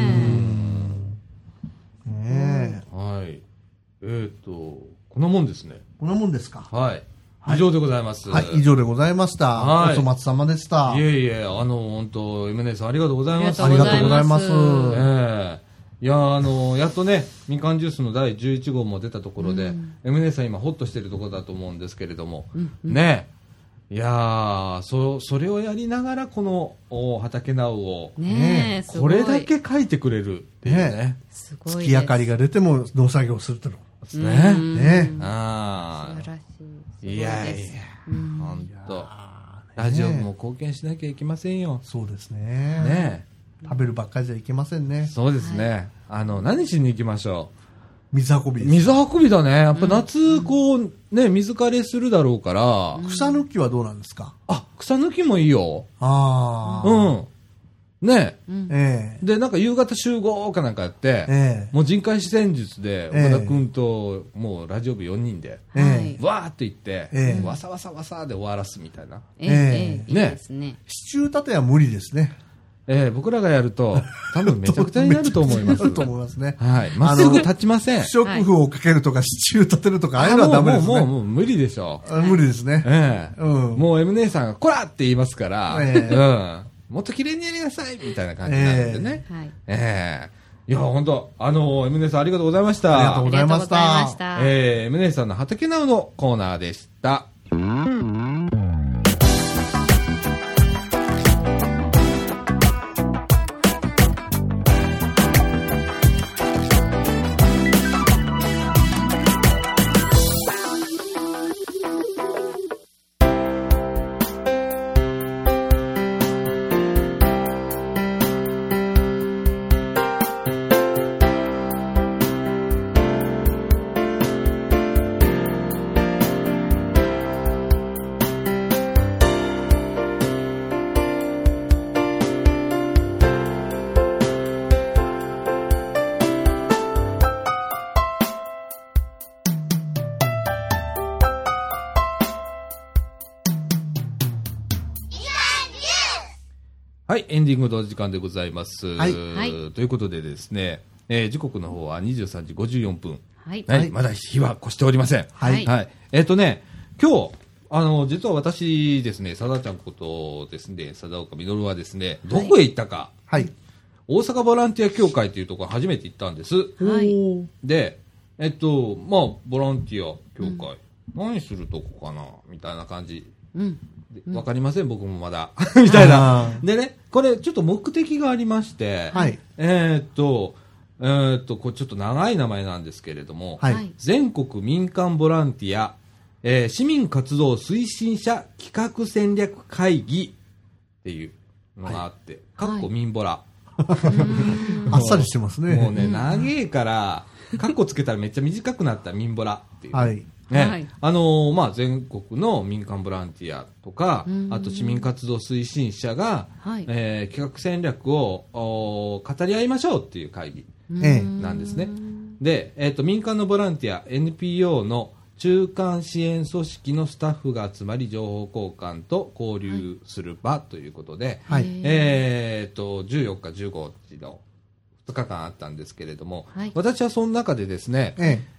え。 はい。こんなもんですね。 こんなもんですか。 はい。以上でございます。 はい、以上でございました。お粗末様でした。 いえいえ、本当、MNS さんありがとうございます。 ありがとうございます。 いや、やっとね、みかんジュースの第11号も出たところで、MNS さん今ホッとしてるところだと思うんですけれども、ね。いやそれをやりながらこの畑ナウを、これだけ書いてくれるっていうね。 すごい。 月明かりが出ても農作業するというのですね。 ね。 素晴らしい。 いやいや、本当。ラジオも貢献しなきゃいけませんよ。 そうですね。 ね。 食べるばっかりじゃいけませんね。 そうですね。何しに行きましょう。水運びです。 水運びだね。やっぱ夏、こう、ね、水枯れするだろうから。 草抜きはどうなんですか？ 草抜きもいいよ。ねで、なんか夕方集合かなんかやって、もう人海戦術で、岡田くんと、もうラジオ部4人で、わーって行って、わさわさわさで終わらすみたいな。 いいですね。 支柱立ては無理ですね。 僕らがやると、多分めちゃくちゃになると思います。 なると思いますね。 はい。まっすぐ立ちません。 不織布をかけるとか、支柱立てるとか、ああいうのはダメですね。 もう無理でしょ。 無理ですね。 もう M 姉さんが、こらって言いますから、もっと綺麗にやりなさいみたいな感じになるんでね。いや、本当M 姉さんありがとうございました。 ありがとうございました。 M 姉さんの畑ナウのコーナーでした。はい、エンディングの時間でございます。はい。ということでですね、時刻の方は23時54分。はい。まだ日は越しておりません。はい。今日、実は私ですね、さだちゃんことですね、貞岡実はですね、どこへ行ったか。はい。大阪ボランティア協会というところ初めて行ったんです。はい。で、ボランティア協会、何するとこかなみたいな感じ。わかりません、僕もまだ。みたいな。でね、これちょっと目的がありまして、はい。これちょっと長い名前なんですけれども、はい。全国民間ボランティア、市民活動推進者企画戦略会議っていうのがあって、かっこ民ボラ。 あっさりしてますね。 もうね、長いから、かっこつけたらめっちゃ短くなった民ボラっていう。はい。ね、全国の民間ボランティアとか、あと市民活動推進者が、企画戦略を語り合いましょうっていう会議なんですね。で、民間のボランティア NPO の中間支援組織のスタッフが集まり情報交換と交流する場ということで、14日15日の2日間あったんですけれども、私はその中でですね、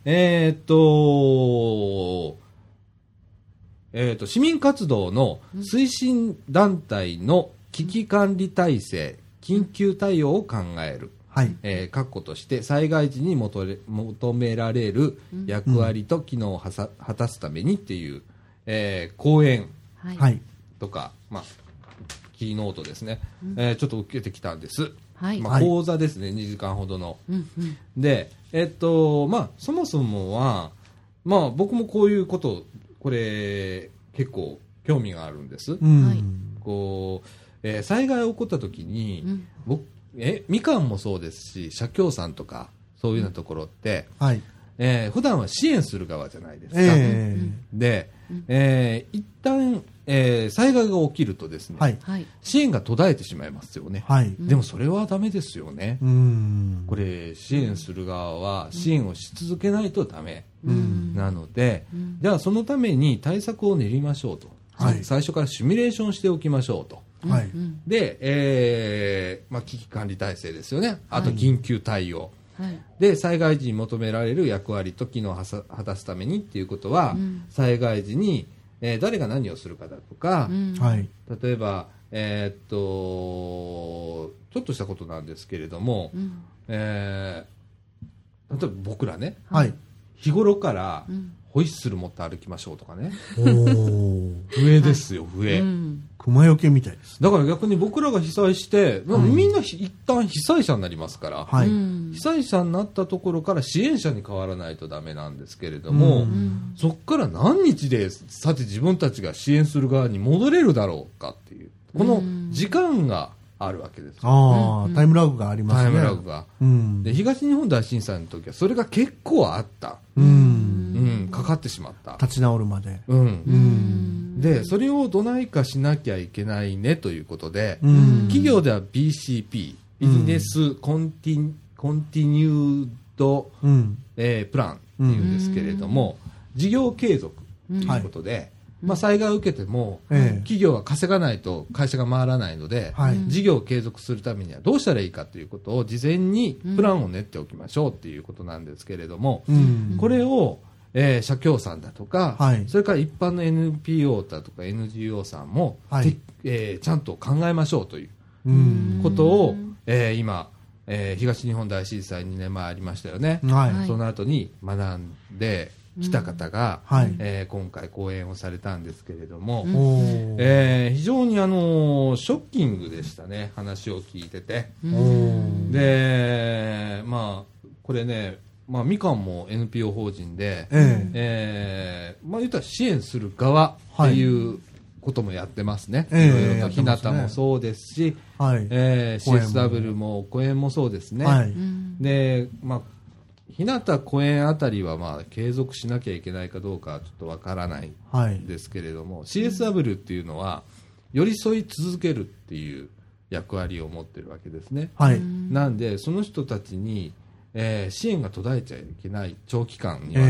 市民活動の推進団体の危機管理体制、緊急対応を考える。確固として災害時に求められる役割と機能を果たすためにっていう、講演とか、キーノートですね、ちょっと受けてきたんです。講座ですね、2時間ほどの。で、そもそもは、 まあ僕もこういうこと、これ結構興味があるんです。こう、災害が起こった時に、みかんもそうですし、社協さんとかそういうようなところって、普段は支援する側じゃないですか。で、一旦、災害が起きるとですね、支援が途絶えてしまいますよね。でもそれはダメですよね。これ支援する側は支援をし続けないとダメなので、じゃあそのために対策を練りましょうと、最初からシミュレーションしておきましょうと。で、危機管理体制ですよね。あと緊急対応。で、災害時に求められる役割と機能を果たすためにっていうことは、災害時に、誰が何をするかだとか、例えば、ちょっとしたことなんですけれども、例えば僕らね、日頃からホイッスル持って歩きましょうとかね。笛ですよ、笛。 熊よけみたいです。 だから逆に僕らが被災して、みんな一旦被災者になりますから、被災者になったところから支援者に変わらないとダメなんですけれども、そこから何日でさて自分たちが支援する側に戻れるだろうかっていう、この時間があるわけです。 タイムラグがありますね。 タイムラグが。で、東日本大震災の時はそれが結構あった。かかってしまった。 立ち直るまで。 で、それをどないかしなきゃいけないねということで、企業では BCP、ビジネスコンティニュード、プランっていうんですけれども、事業継続ということで、災害を受けても、企業は稼がないと会社が回らないので、事業を継続するためにはどうしたらいいかということを事前にプランを練っておきましょうっていうことなんですけれども、これを社協さんだとか、それから一般の NPO だとか NGO さんも、ちゃんと考えましょうということを、今、東日本大震災2年前ありましたよね。その後に学んできた方が、今回講演をされたんですけれども、非常にショッキングでしたね、話を聞いてて。で、これね、みかんも NPO 法人で、言ったら支援する側っていうこともやってますね。いろいろと日向もそうですし、CSW も公園もそうですね。で、日向公園あたりは継続しなきゃいけないかどうかはちょっとわからないんですけれども、CSW っていうのは寄り添い続けるっていう役割を持ってるわけですね。なんでその人たちに支援が途絶えちゃいけない、長期間にわたって、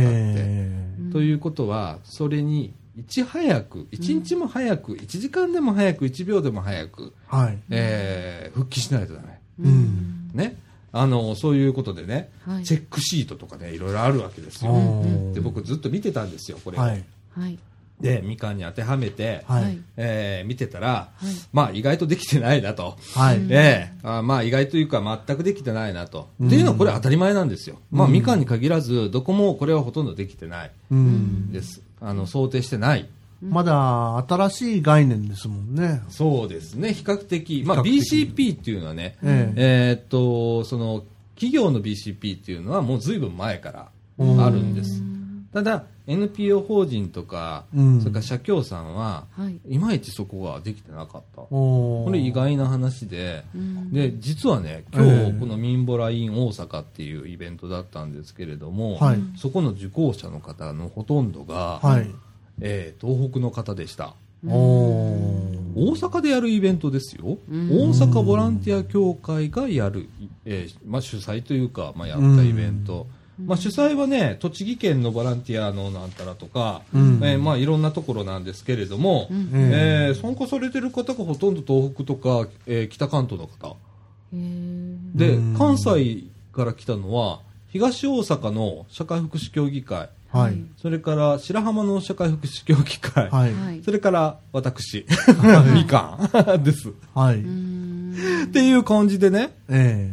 ということはそれにいち早く、1日も早く、1時間でも早く、1秒でも早く、復帰しないとダメ、ね、そういうことでね、チェックシートとかね、いろいろあるわけですよ。で、僕ずっと見てたんですよ、これを。で、みかんに当てはめて、見てたら、意外とできてないなと。意外というか全くできてないなと。っていうのはこれ当たり前なんですよ。みかんに限らず、どこもこれはほとんどできてないです。想定してない。 まだ新しい概念ですもんね。 そうですね、比較的。BCP っていうのはね、その、企業の BCP っていうのはもう随分前からあるんです。ただ NPO 法人とか、それから社協さんは、いまいちそこができてなかった。これ意外な話で、で実はね、今日このミンボライン大阪っていうイベントだったんですけれども、そこの受講者の方のほとんどが、東北の方でした。大阪でやるイベントですよ。大阪ボランティア協会がやる、主催というか、やったイベント。主催はね、栃木県のボランティアのなんたらとか、いろんなところなんですけれども、参加されてる方がほとんど東北とか、北関東の方。で、関西から来たのは、東大阪の社会福祉協議会、それから白浜の社会福祉協議会、それから私、みかんです。っていう感じでね、計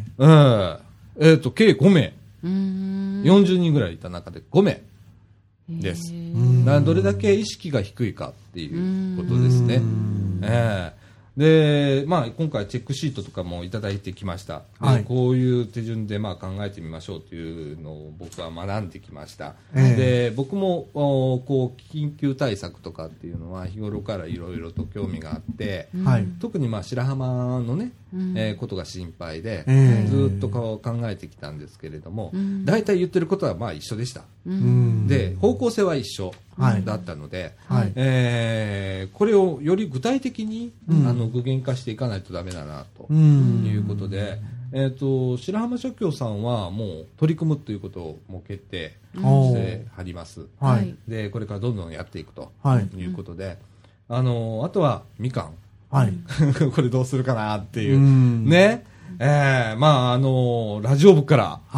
5名。40人ぐらいいた中で5名です。どれだけ意識が低いかっていうことですね。 で、まあ、今回チェックシートとかもいただいてきました。はい、こういう手順でまあ考えてみましょうというのを僕は学んできました。で、僕もこう緊急対策とかっていうのは日頃からいろいろと興味があって、特にまあ白浜のね、ことが心配で、ずっと考えてきたんですけれども、大体言ってることはまあ一緒でした。で、方向性は一緒だったので、これをより具体的に、具現化していかないとダメだなということで、白浜社協さんはもう取り組むということをもう決定してはります。で、これからどんどんやっていくということで、あとはみかん。これどうするかなっていう。ね。まあ、ラジオ部から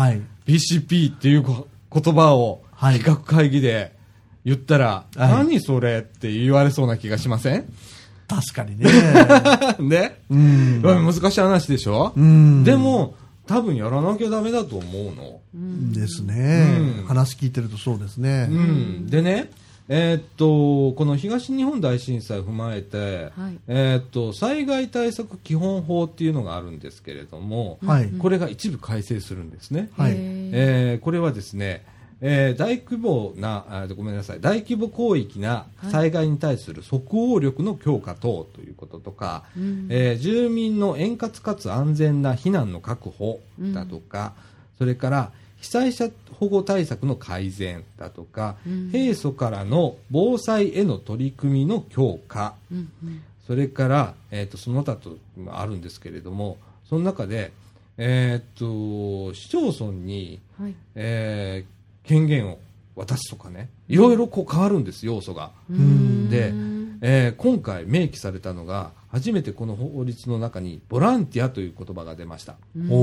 、BCP っていう言葉を企画会議で言ったら、何それって言われそうな気がしません？ 確かにね。 ね。難しい話でしょ？でも、多分やらなきゃダメだと思うの。 ですね。話聞いてるとそうですね。 でね、この東日本大震災を踏まえて、災害対策基本法っていうのがあるんですけれども、これが一部改正するんですね。これはですね、大規模広域な災害に対する即応力の強化等ということとか、住民の円滑かつ安全な避難の確保だとか、それから被災者保護対策の改善だとか、平素からの防災への取り組みの強化、それから、その他とあるんですけれども、その中で、市町村に、権限を渡すとかね、いろいろこう変わるんです、要素が。で、今回明記されたのが、初めてこの法律の中にボランティアという言葉が出ました。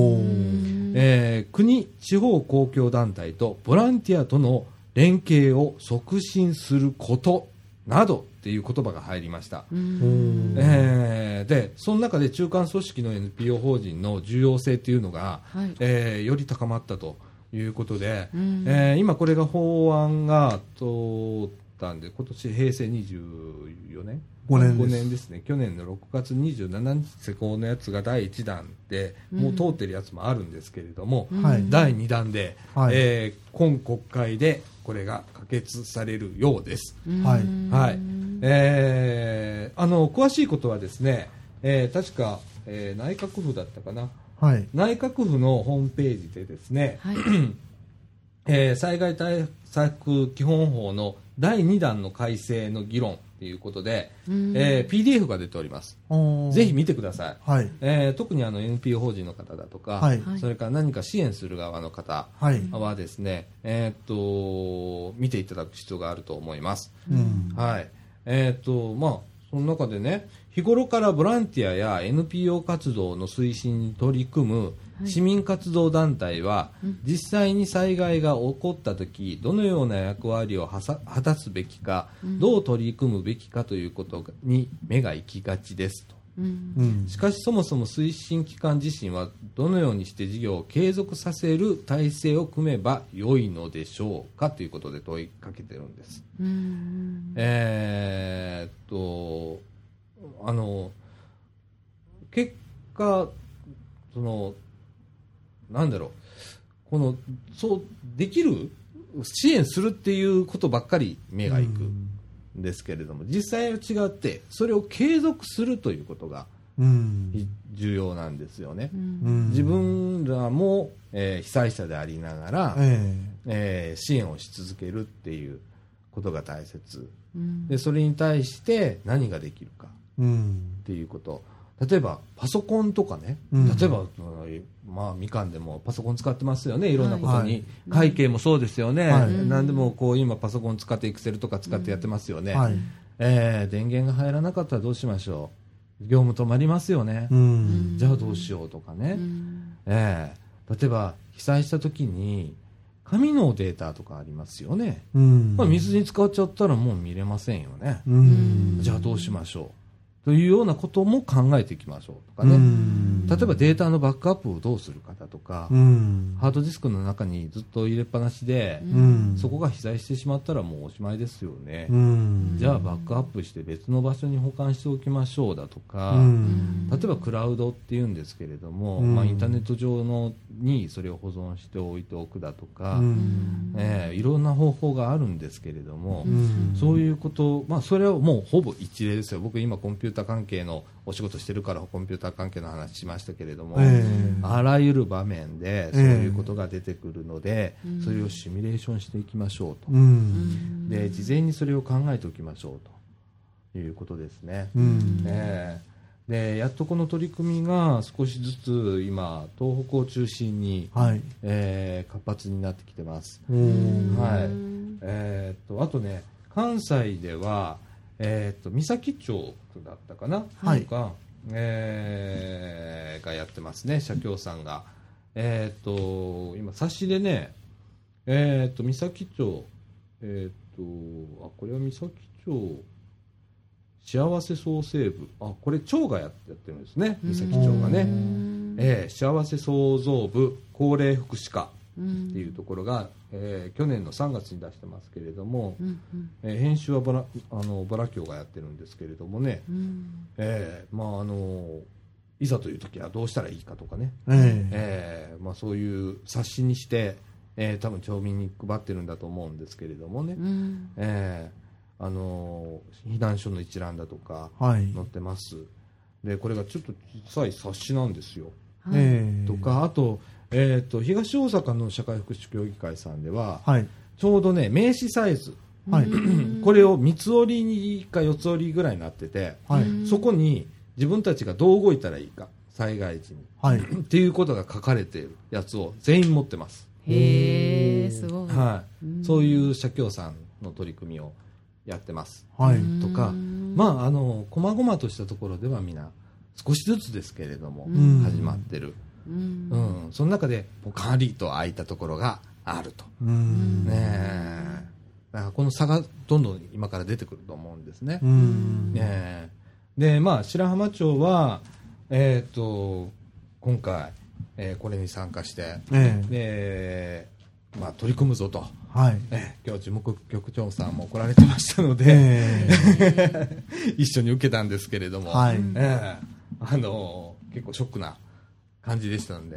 国、地方公共団体とボランティアとの連携を促進することなどっていう言葉が入りました。で、その中で中間組織の NPO 法人の重要性というのが、より高まったということで、今これが法案が通ったんで、今年平成24年5年ですね。去年の6月27日施行のやつが第1弾で、もう通ってるやつもあるんですけれども、第2弾で、今国会でこれが可決されるようです。詳しいことはですね、確か、内閣府だったかな。内閣府のホームページでですね、災害対策基本法の第2弾の改正の議論ということで、PDF が出ております。ぜひ見てください。特にNPO 法人の方だとか、それから何か支援する側の方はですね、見ていただく必要があると思います。まあ、その中でね、日頃からボランティアや NPO 活動の推進に取り組む市民活動団体は、実際に災害が起こったとき、どのような役割を果たすべきか、どう取り組むべきかということに目が行きがちですと。しかしそもそも推進機関自身はどのようにして事業を継続させる体制を組めば良いのでしょうかということで問いかけてるんです。結果なんだろう、そうできる支援するっていうことばっかり目がいくんですけれども、実際は違ってそれを継続するということが重要なんですよね。自分らも、被災者でありながら、支援をし続けるっていうことが大切で、それに対して何ができるかっていうこと、例えばパソコンとかね、例えば、みかんでもパソコン使ってますよね、いろんなことに。会計もそうですよね。何でも今パソコン使ってエクセルとか使ってやってますよね。電源が入らなかったらどうしましょう。業務止まりますよね。じゃあどうしようとかね。例えば被災した時に紙のデータとかありますよね。水に使っちゃったらもう見れませんよね。じゃあどうしましょうというようなことも考えていきましょうとかね。 例えばデータのバックアップをどうするかだとか、ハードディスクの中にずっと入れっぱなしで、そこが被災してしまったらもうおしまいですよね。じゃあバックアップして別の場所に保管しておきましょうだとか、例えばクラウドっていうんですけれども、インターネット上にそれを保存しておいておくだとか、いろんな方法があるんですけれども、そういうこと、それはもうほぼ一例ですよ。僕今コンピューター関係のお仕事してるからコンピューター関係の話しましたけれども、あらゆる場面でそういうことが出てくるので、それをシミュレーションしていきましょうと、で事前にそれを考えておきましょうということですね。でやっとこの取り組みが少しずつ今東北を中心に、活発になってきてます。あとね、関西では三崎町だったかな、とか、がやってますね、社協さんが。今冊子でね、三崎町、これは三崎町幸せ創生部、これ町がやってるんですね、三崎町がね。幸せ創造部高齢福祉課っていうところが、去年の3月に出してますけれども、編集はボラ協がやってるんですけれどもね、いざという時はどうしたらいいかとかね、そういう冊子にして、多分町民に配ってるんだと思うんですけれどもね、避難所の一覧だとか載ってます。でこれがちょっと小さい冊子なんですよ。とかあと東大阪の社会福祉協議会さんでは、ちょうどね名刺サイズ、これを三つ折りか四つ折りぐらいになってて、そこに自分たちがどう動いたらいいか災害時に、っていうことが書かれているやつを全員持ってます。 へー、すごい。 そういう社協さんの取り組みをやってます。とか、細々としたところではみんな少しずつですけれども始まってる。その中でポカリと開いたところがあると。だからこの差がどんどん今から出てくると思うんですね。で、白浜町は、今回、これに参加して、で取り組むぞと、今日事務局長さんも来られてましたので、一緒に受けたんですけれども、結構ショックな感じでしたので、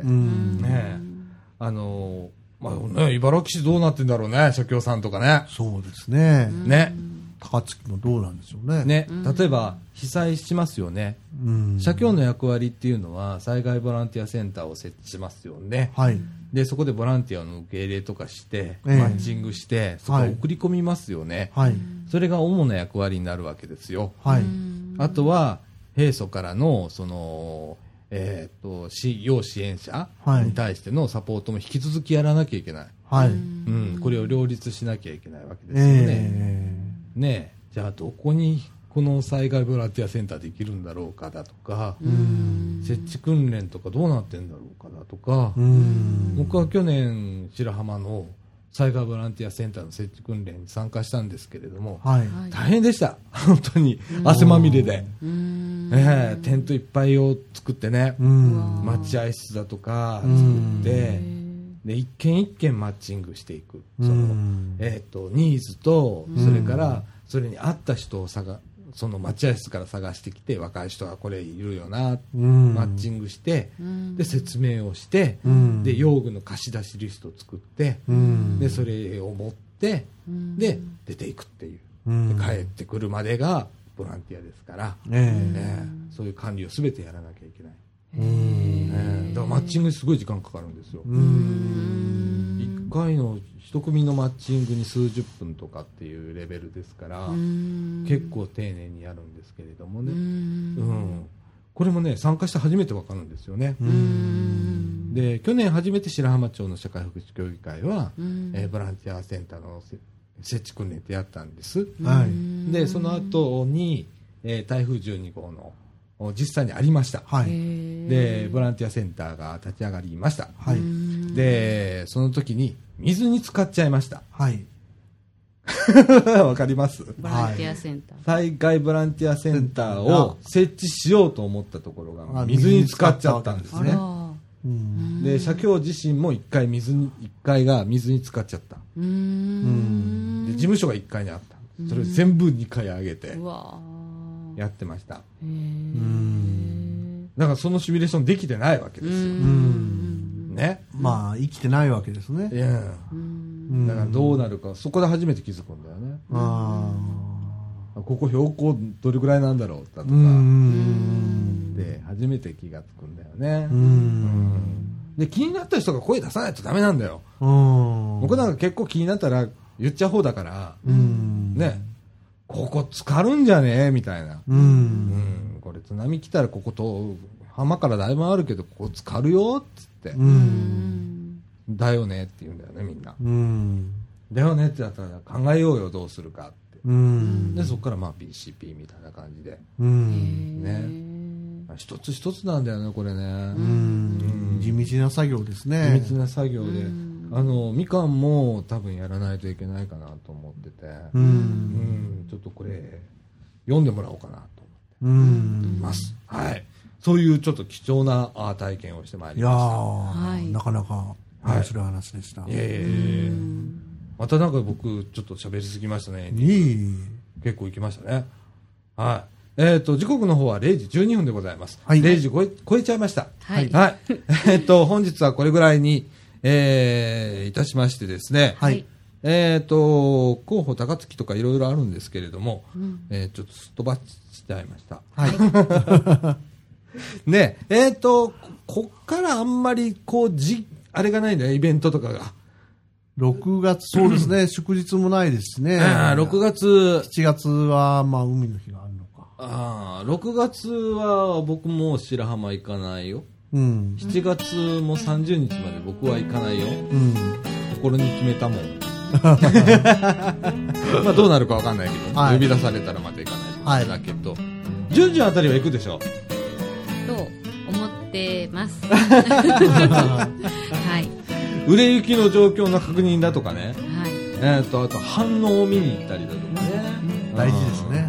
茨城市どうなってんだろうね、社協さんとかね。 そうですね。高槻もどうなんでしょうね。 例えば被災しますよね。社協の役割っていうのは災害ボランティアセンターを設置しますよね。でそこでボランティアの受け入れとかして、マッチングしてそこを送り込みますよね。それが主な役割になるわけですよ。あとは平素からのその要支援者に対してのサポートも引き続きやらなきゃいけない。これを両立しなきゃいけないわけですよね。じゃあどこにこの災害ボランティアセンターできるんだろうかだとか、設置訓練とかどうなってんだろうかだとか、僕は去年白浜の災害ボランティアセンターの設置訓練に参加したんですけれども、大変でした。本当に汗まみれで、テントいっぱいを作ってね、待合室だとか作って、で一軒一軒マッチングしていく、そのニーズと、それからそれに合った人をその待合室から探してきて、若い人がこれいるよな、マッチングして、で説明をして、で用具の貸し出しリストを作って、でそれを持って、で出ていくっていう、で帰ってくるまでがボランティアですから、そういう管理を全てやらなきゃいけない。だからマッチングにすごい時間かかるんですよ。1回の1組のマッチングに数十分とかっていうレベルですから、結構丁寧にやるんですけれどもね、これもね参加して初めて分かるんですよね。で去年初めて白浜町の社会福祉協議会は、ボランティアセンターの設置訓練ってやったんです。でその後に、台風12号の実際にありました。でボランティアセンターが立ち上がりました。でその時に水に浸かっちゃいました。 わかります？ ボランティアセンター。 災害ボランティアセンターを設置しようと思ったところが水に浸かっちゃったんですね。で、社協自身も1階が水に浸かっちゃった。で、事務所が1階にあった。それを全部2階上げてやってました。だからそのシミュレーションできてないわけですよ。ね。 まあ生きてないわけですね。 だからどうなるか、そこで初めて気づくんだよね。ここ標高どれぐらいなんだろうだとかで初めて気がつくんだよね。で、気になった人が声出さないとダメなんだよ。僕なんか結構気になったら言っちゃう方だからね、ここ浸かるんじゃねえみたいな。これ津波来たらここと浜からだいぶあるけどここ浸かるよっつってだよねって言うんだよね、みんな。だよねってやったら考えようよ、どうするかって。で、そこからまあ BCP みたいな感じで。ね。一つ一つなんだよね、これね。 地道な作業ですね。 地道な作業で。みかんも多分やらないといけないかなと思ってて。ちょっとこれ、読んでもらおうかなと思っています。はい。そういうちょっと貴重な体験をしてまいりました。 なかなか面白い話でした。 またなんか僕ちょっと喋りすぎましたね。結構行きましたね。はい。時刻の方は0時12分でございます。0時超えちゃいました。はい。本日はこれぐらいに、いたしましてですね。はい。候補高槻とかいろいろあるんですけれども、ちょっとすっ飛ばしちゃいました。はい。ね、こっからあんまりあれがないんだよ、イベントとかが。 6月、そうですね、祝日もないですね。 6月。 7月は、まあ、海の日があるのか。 6月は僕も白浜行かないよ。7月も30日まで僕は行かないよ。心に決めたもん。まあ、どうなるかわかんないけど、呼び出されたらまた行かないだけど、じゅんじゅんあたりは行くでしょ。 と思ってます。はい。 売れ行きの状況の確認だとかね。はい。あと反応を見に行ったりだとかね。 大事ですね。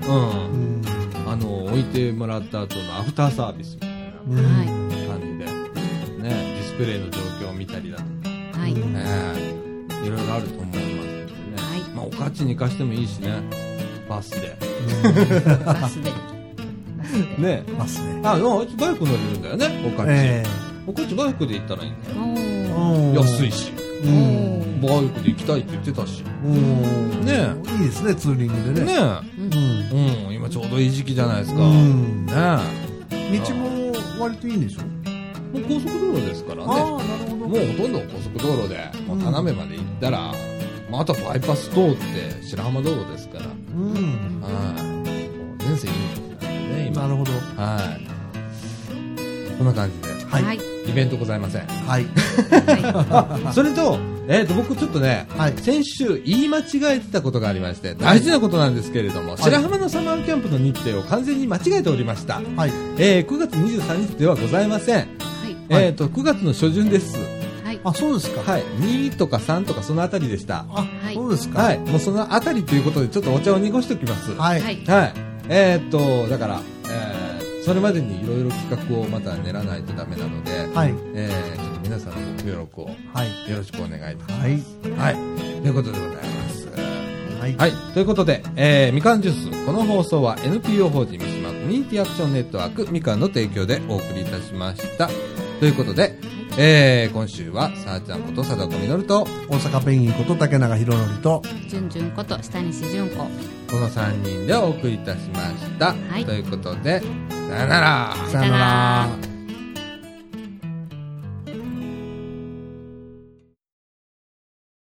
置いてもらった後のアフターサービスみたいな感じで、ね、ディスプレイの状況を見たりだとか、はい。いろいろあると思いますのでね。はい。まあ、おかちに貸してもいいしね。バスで。 バスで。 ね、 バスで。 あいつバイク乗れるんだよね、おかち。おかちバイクで行ったらいいんだよ。安いし。バイクで行きたいって言ってたし。ねいいですね、ツーリングでね。 今ちょうどいい時期じゃないですか。ね道も割といいんでしょ？ もう高速道路ですからね。もうほとんど高速道路で、田辺まで行ったら、あとはバイパス通って白浜道路ですから。全線いいんだよね、今。 なるほど。 はい。こんな感じで。はい。イベントございません。はい。それと、僕ちょっとね、先週言い間違えてたことがありまして、大事なことなんですけれども、白浜のサマーキャンプの日程を完全に間違えておりました。はい。9月23日ではございません。はい。9月の初旬です。 はい。あ、そうですか。 はい。2とか3とかそのあたりでした。 あ、そうですか。 はい。もうそのあたりということで、ちょっとお茶を濁しておきます。はい。はい。だから、それまでにいろいろ企画をまた練らないとダメなので、はい。ちょっと皆さんのご協力を、はい。よろしくお願いいたします。はい。はい。ということでございます。はい。はい。ということで、みかんジュース、この放送は NPO 法人三島コミュニティアクションネットワークみかんの提供でお送りいたしました。ということで、今週はさあちゃんこと貞子みのると大阪ペンギンこと竹永宏典とじゅんじゅんこと下西純子、 この3人でお送りいたしました。はい。ということで、さよなら。 さよなら。